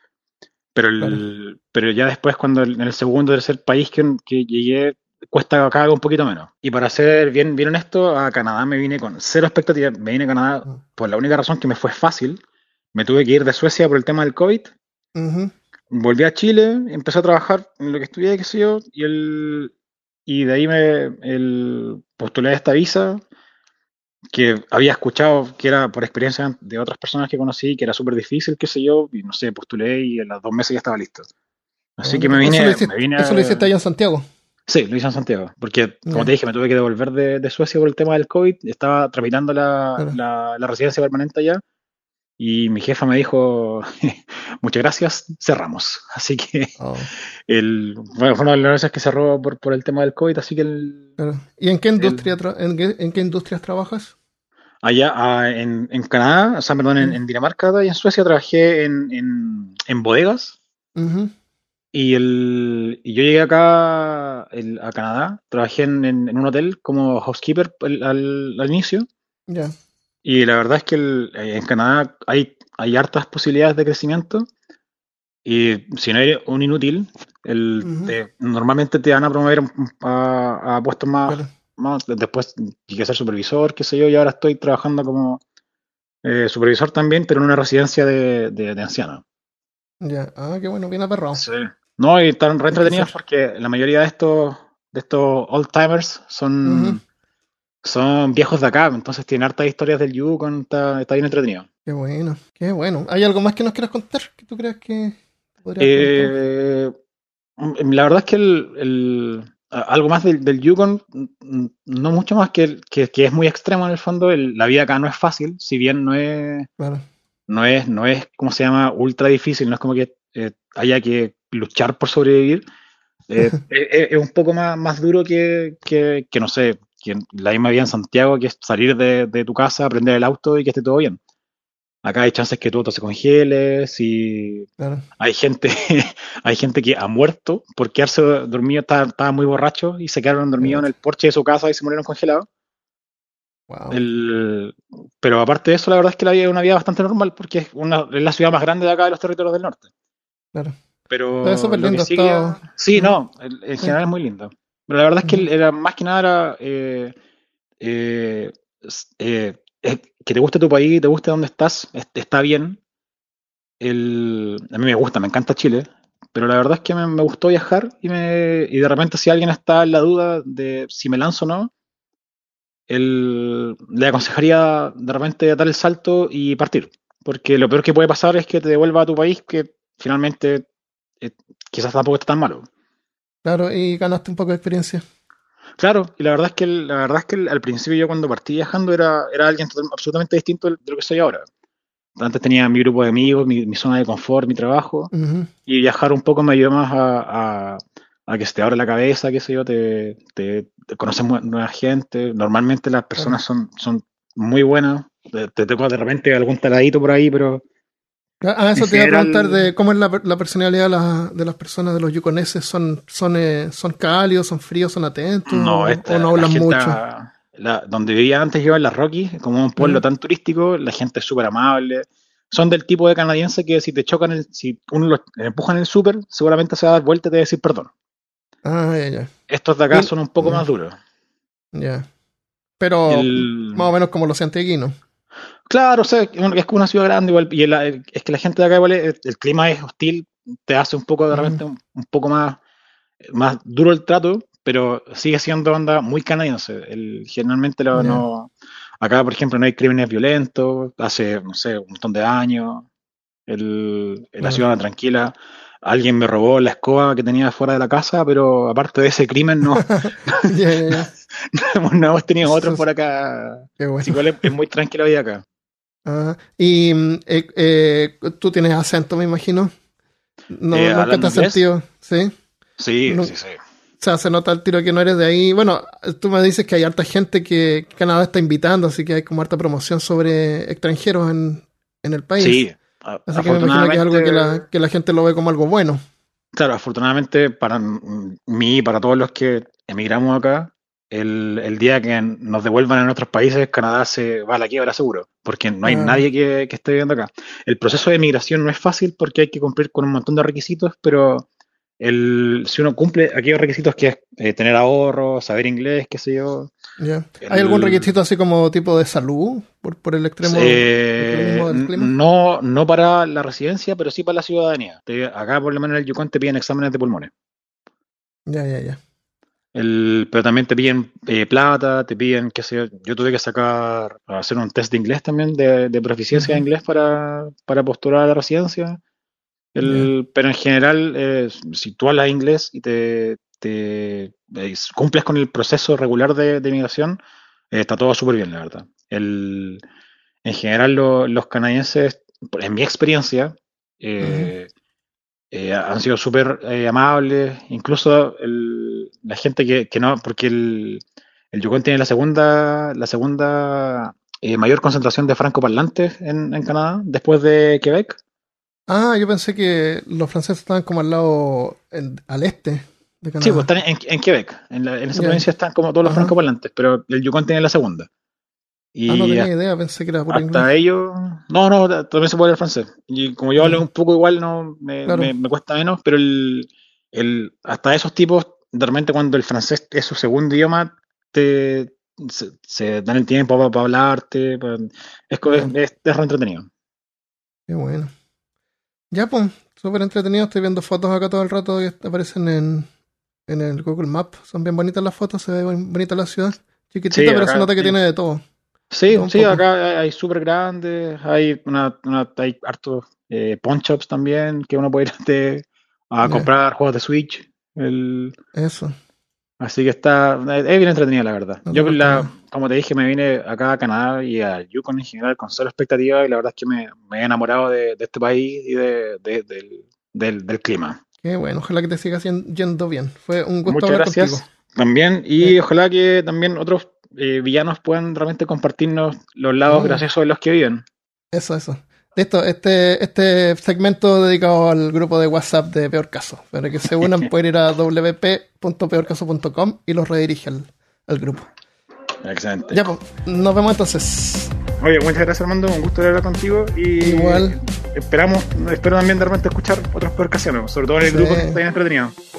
Pero ya después, cuando en el segundo o tercer país que llegué, cuesta cada vez un poquito menos. Y para ser bien honesto, a Canadá me vine con cero expectativas. Me vine a Canadá por la única razón que me fue fácil. Me tuve que ir de Suecia por el tema del COVID. Volví a Chile, empecé a trabajar en lo que estudié, qué sé yo, y de ahí postulé a esta visa, que había escuchado que era por experiencia de otras personas que conocí, que era súper difícil, qué sé yo, y no sé, postulé y en los 2 meses ya estaba listo. Así que me vine. ¿Eso lo hiciste allá en Santiago? Sí, lo hice en Santiago, porque como te dije, me tuve que devolver de Suecia por el tema del COVID, estaba tramitando la residencia permanente allá, y mi jefa me dijo, muchas gracias, cerramos. Así que Oh, bueno, fue una de las veces que cerró por el tema del COVID, así que claro. ¿Y en qué el, industria en qué industrias trabajas? allá en Canadá, o sea, perdón, Mm, en Dinamarca y en Suecia trabajé en bodegas. ujú, Y yo llegué acá a Canadá, trabajé en un hotel como housekeeper al inicio. ya. Y la verdad es que en Canadá hay hartas posibilidades de crecimiento. Y si no eres un inútil, Ujú, normalmente te van a promover a puestos claro. más. Después llegué a ser supervisor, qué sé yo, y ahora estoy trabajando como supervisor también, pero en una residencia de ancianos. Ya. Ah, qué bueno, bien aperrado. Sí. No, y están re Hay que entretenidos ser. porque la mayoría de estos old timers Ujú, son viejos de acá, entonces tienen hartas historias del Yukon, está bien entretenido. qué bueno, qué bueno. ¿Hay algo más que nos quieras contar que tú creas que te podría haber preguntado? Eh, la verdad es que algo más del Yukon, no mucho más que es muy extremo en el fondo. La vida acá no es fácil, si bien Claro. no es, ¿cómo se llama? Ultra difícil, no es como que haya que luchar por sobrevivir. Es un poco más duro que, no sé, que la misma vida en Santiago, que es salir de tu casa, prender el auto y que esté todo bien. Acá hay chances que tu auto se congele, si Claro. hay gente, hay gente que ha muerto por quedarse dormido, estaba muy borracho y se quedaron dormidos en el porche de su casa y se murieron congelados. Wow. El, pero aparte de eso, la verdad es que la vida es una vida bastante normal porque es la ciudad más grande de acá de los territorios del norte. Claro. Debe ser Pero súper lo que lindo. sí Estado. sí, Ujú, no, en sí. general es muy lindo. Pero la verdad es Ujú, que era más que nada era, eh, que te guste tu país, te guste dónde estás, está bien. A mí me gusta, me encanta Chile, pero la verdad es que me gustó viajar y de repente si alguien está en la duda de si me lanzo o no, le aconsejaría de repente dar el salto y partir. Porque lo peor que puede pasar es que te devuelva a tu país, que finalmente eh, quizás tampoco está tan malo. claro, y ganaste un poco de experiencia. Claro, y la verdad es que al principio yo cuando partí viajando era alguien absolutamente distinto de lo que soy ahora. Antes tenía mi grupo de amigos, mi zona de confort, mi trabajo, Ujú, y viajar un poco me ayudó más a que se te abra la cabeza, qué sé yo, te conoces nueva gente. Normalmente las claro. personas son muy buenas. Te toca de repente algún taladito por ahí, pero en Eso te iba a preguntar general, de cómo es la personalidad de las personas de los yukoneses. ¿Son cálidos, son fríos, son atentos no, o no la hablan gente, mucho? donde vivía antes yo en las Rockies, como un pueblo Ujú. tan turístico, la gente es súper amable. Son del tipo de canadiense que si te chocan, si uno los empuja en el súper, seguramente se va a dar vuelta y te va a decir perdón. Ah, ya, ya. Estos de acá Y- son un poco más duros. ya. Pero más o El, menos como los santiaguinos. claro, o sea, es como una ciudad grande igual, y es que la gente de acá igual, el clima es hostil, te hace un poco de Ujú, repente un poco más duro el trato, pero sigue siendo onda muy canadiense. Generalmente ya. no, acá, por ejemplo, no hay crímenes violentos, hace, no sé, un montón de años, la Claro. ciudad tranquila. Alguien me robó la escoba que tenía fuera de la casa, pero aparte de ese crimen no, Ya, ya, ya. no hemos tenido otros Eso por es- acá. Qué Así bueno. igual es muy tranquila la vida acá. Ah, y tú tienes acento, me imagino. No, nunca te Hablando has inglés, sentido, ¿sí? sí, Nu- sí, sí. O sea, se nota el tiro que no eres de ahí. Bueno, tú me dices que hay harta gente que Canadá está invitando, así que hay como harta promoción sobre extranjeros en el país. Sí, Así que me imagino que es algo afortunadamente, que la gente lo ve como algo bueno. claro, afortunadamente para mí y para todos los que emigramos acá, el día que nos devuelvan a nuestros países, Canadá se va a la quiebra seguro, porque no hay Ah, nadie que esté viviendo acá. El proceso de migración no es fácil porque hay que cumplir con un montón de requisitos, pero si uno cumple aquellos requisitos que es tener ahorros, saber inglés, qué sé yo, ya. ¿Hay algún el, requisito así como tipo de salud por el extremismo del clima? no para la residencia, pero sí para la ciudadanía. Acá, por lo menos en el Yukon, te piden exámenes de pulmones. Ya, ya, ya. Pero también te piden plata, te piden, qué sé yo. Yo tuve que hacer un test de inglés también, de proficiencia de Ujú, inglés para postular a la residencia. ya, Pero en general, si tú hablas inglés y cumples con el proceso regular de migración, está todo súper bien, la verdad. En general, los canadienses en mi experiencia, han sido súper amables. Incluso la gente que no, porque el Yukon tiene la segunda mayor concentración de francoparlantes en Canadá, después de Quebec. Ah, yo pensé que los franceses estaban como al lado, al este de Canadá. Sí, pues están en Quebec. En esa provincia están como todos los francoparlantes, pero el Yukon tiene la segunda. Y no tenía idea, pensé que era puro hasta inglés. ellos... No, también se puede hablar francés. Y como yo hablo un poco igual, no me cuesta menos, pero hasta esos tipos, de repente cuando el francés es su segundo idioma, se dan el tiempo para hablarte. Es re entretenido. Qué bueno. Ya, pues, súper entretenido. Estoy viendo fotos acá todo el rato que aparecen en el Google Maps. Son bien bonitas las fotos, se ve bonita la ciudad. Chiquitita, sí, pero acá, se nota que tiene de todo. Sí, acá hay súper grandes, hay hay hartos pawn shops también, que uno puede ir a comprar juegos de Switch. Eso. Así que es bien entretenida, la verdad. No, yo, como te dije, me vine acá a Canadá y a Yukon en general con cero expectativa, y la verdad es que me he enamorado de este país y del clima. Qué bueno, ojalá que te siga yendo bien. Fue un gusto Muchas hablar gracias contigo. También, y ojalá que también otros villanos puedan realmente compartirnos los lados graciosos de los que viven. Eso. Este segmento dedicado al grupo de WhatsApp de Peor Caso. Para que se unan pueden ir a wp.peorcaso.com y los redirige al grupo. Excelente. Ya, pues, nos vemos entonces. Oye, muchas gracias, Armando, un gusto hablar contigo. Y igual. Espero también de repente escuchar otros Peor Caseros, sobre todo en el grupo que está bien entretenido.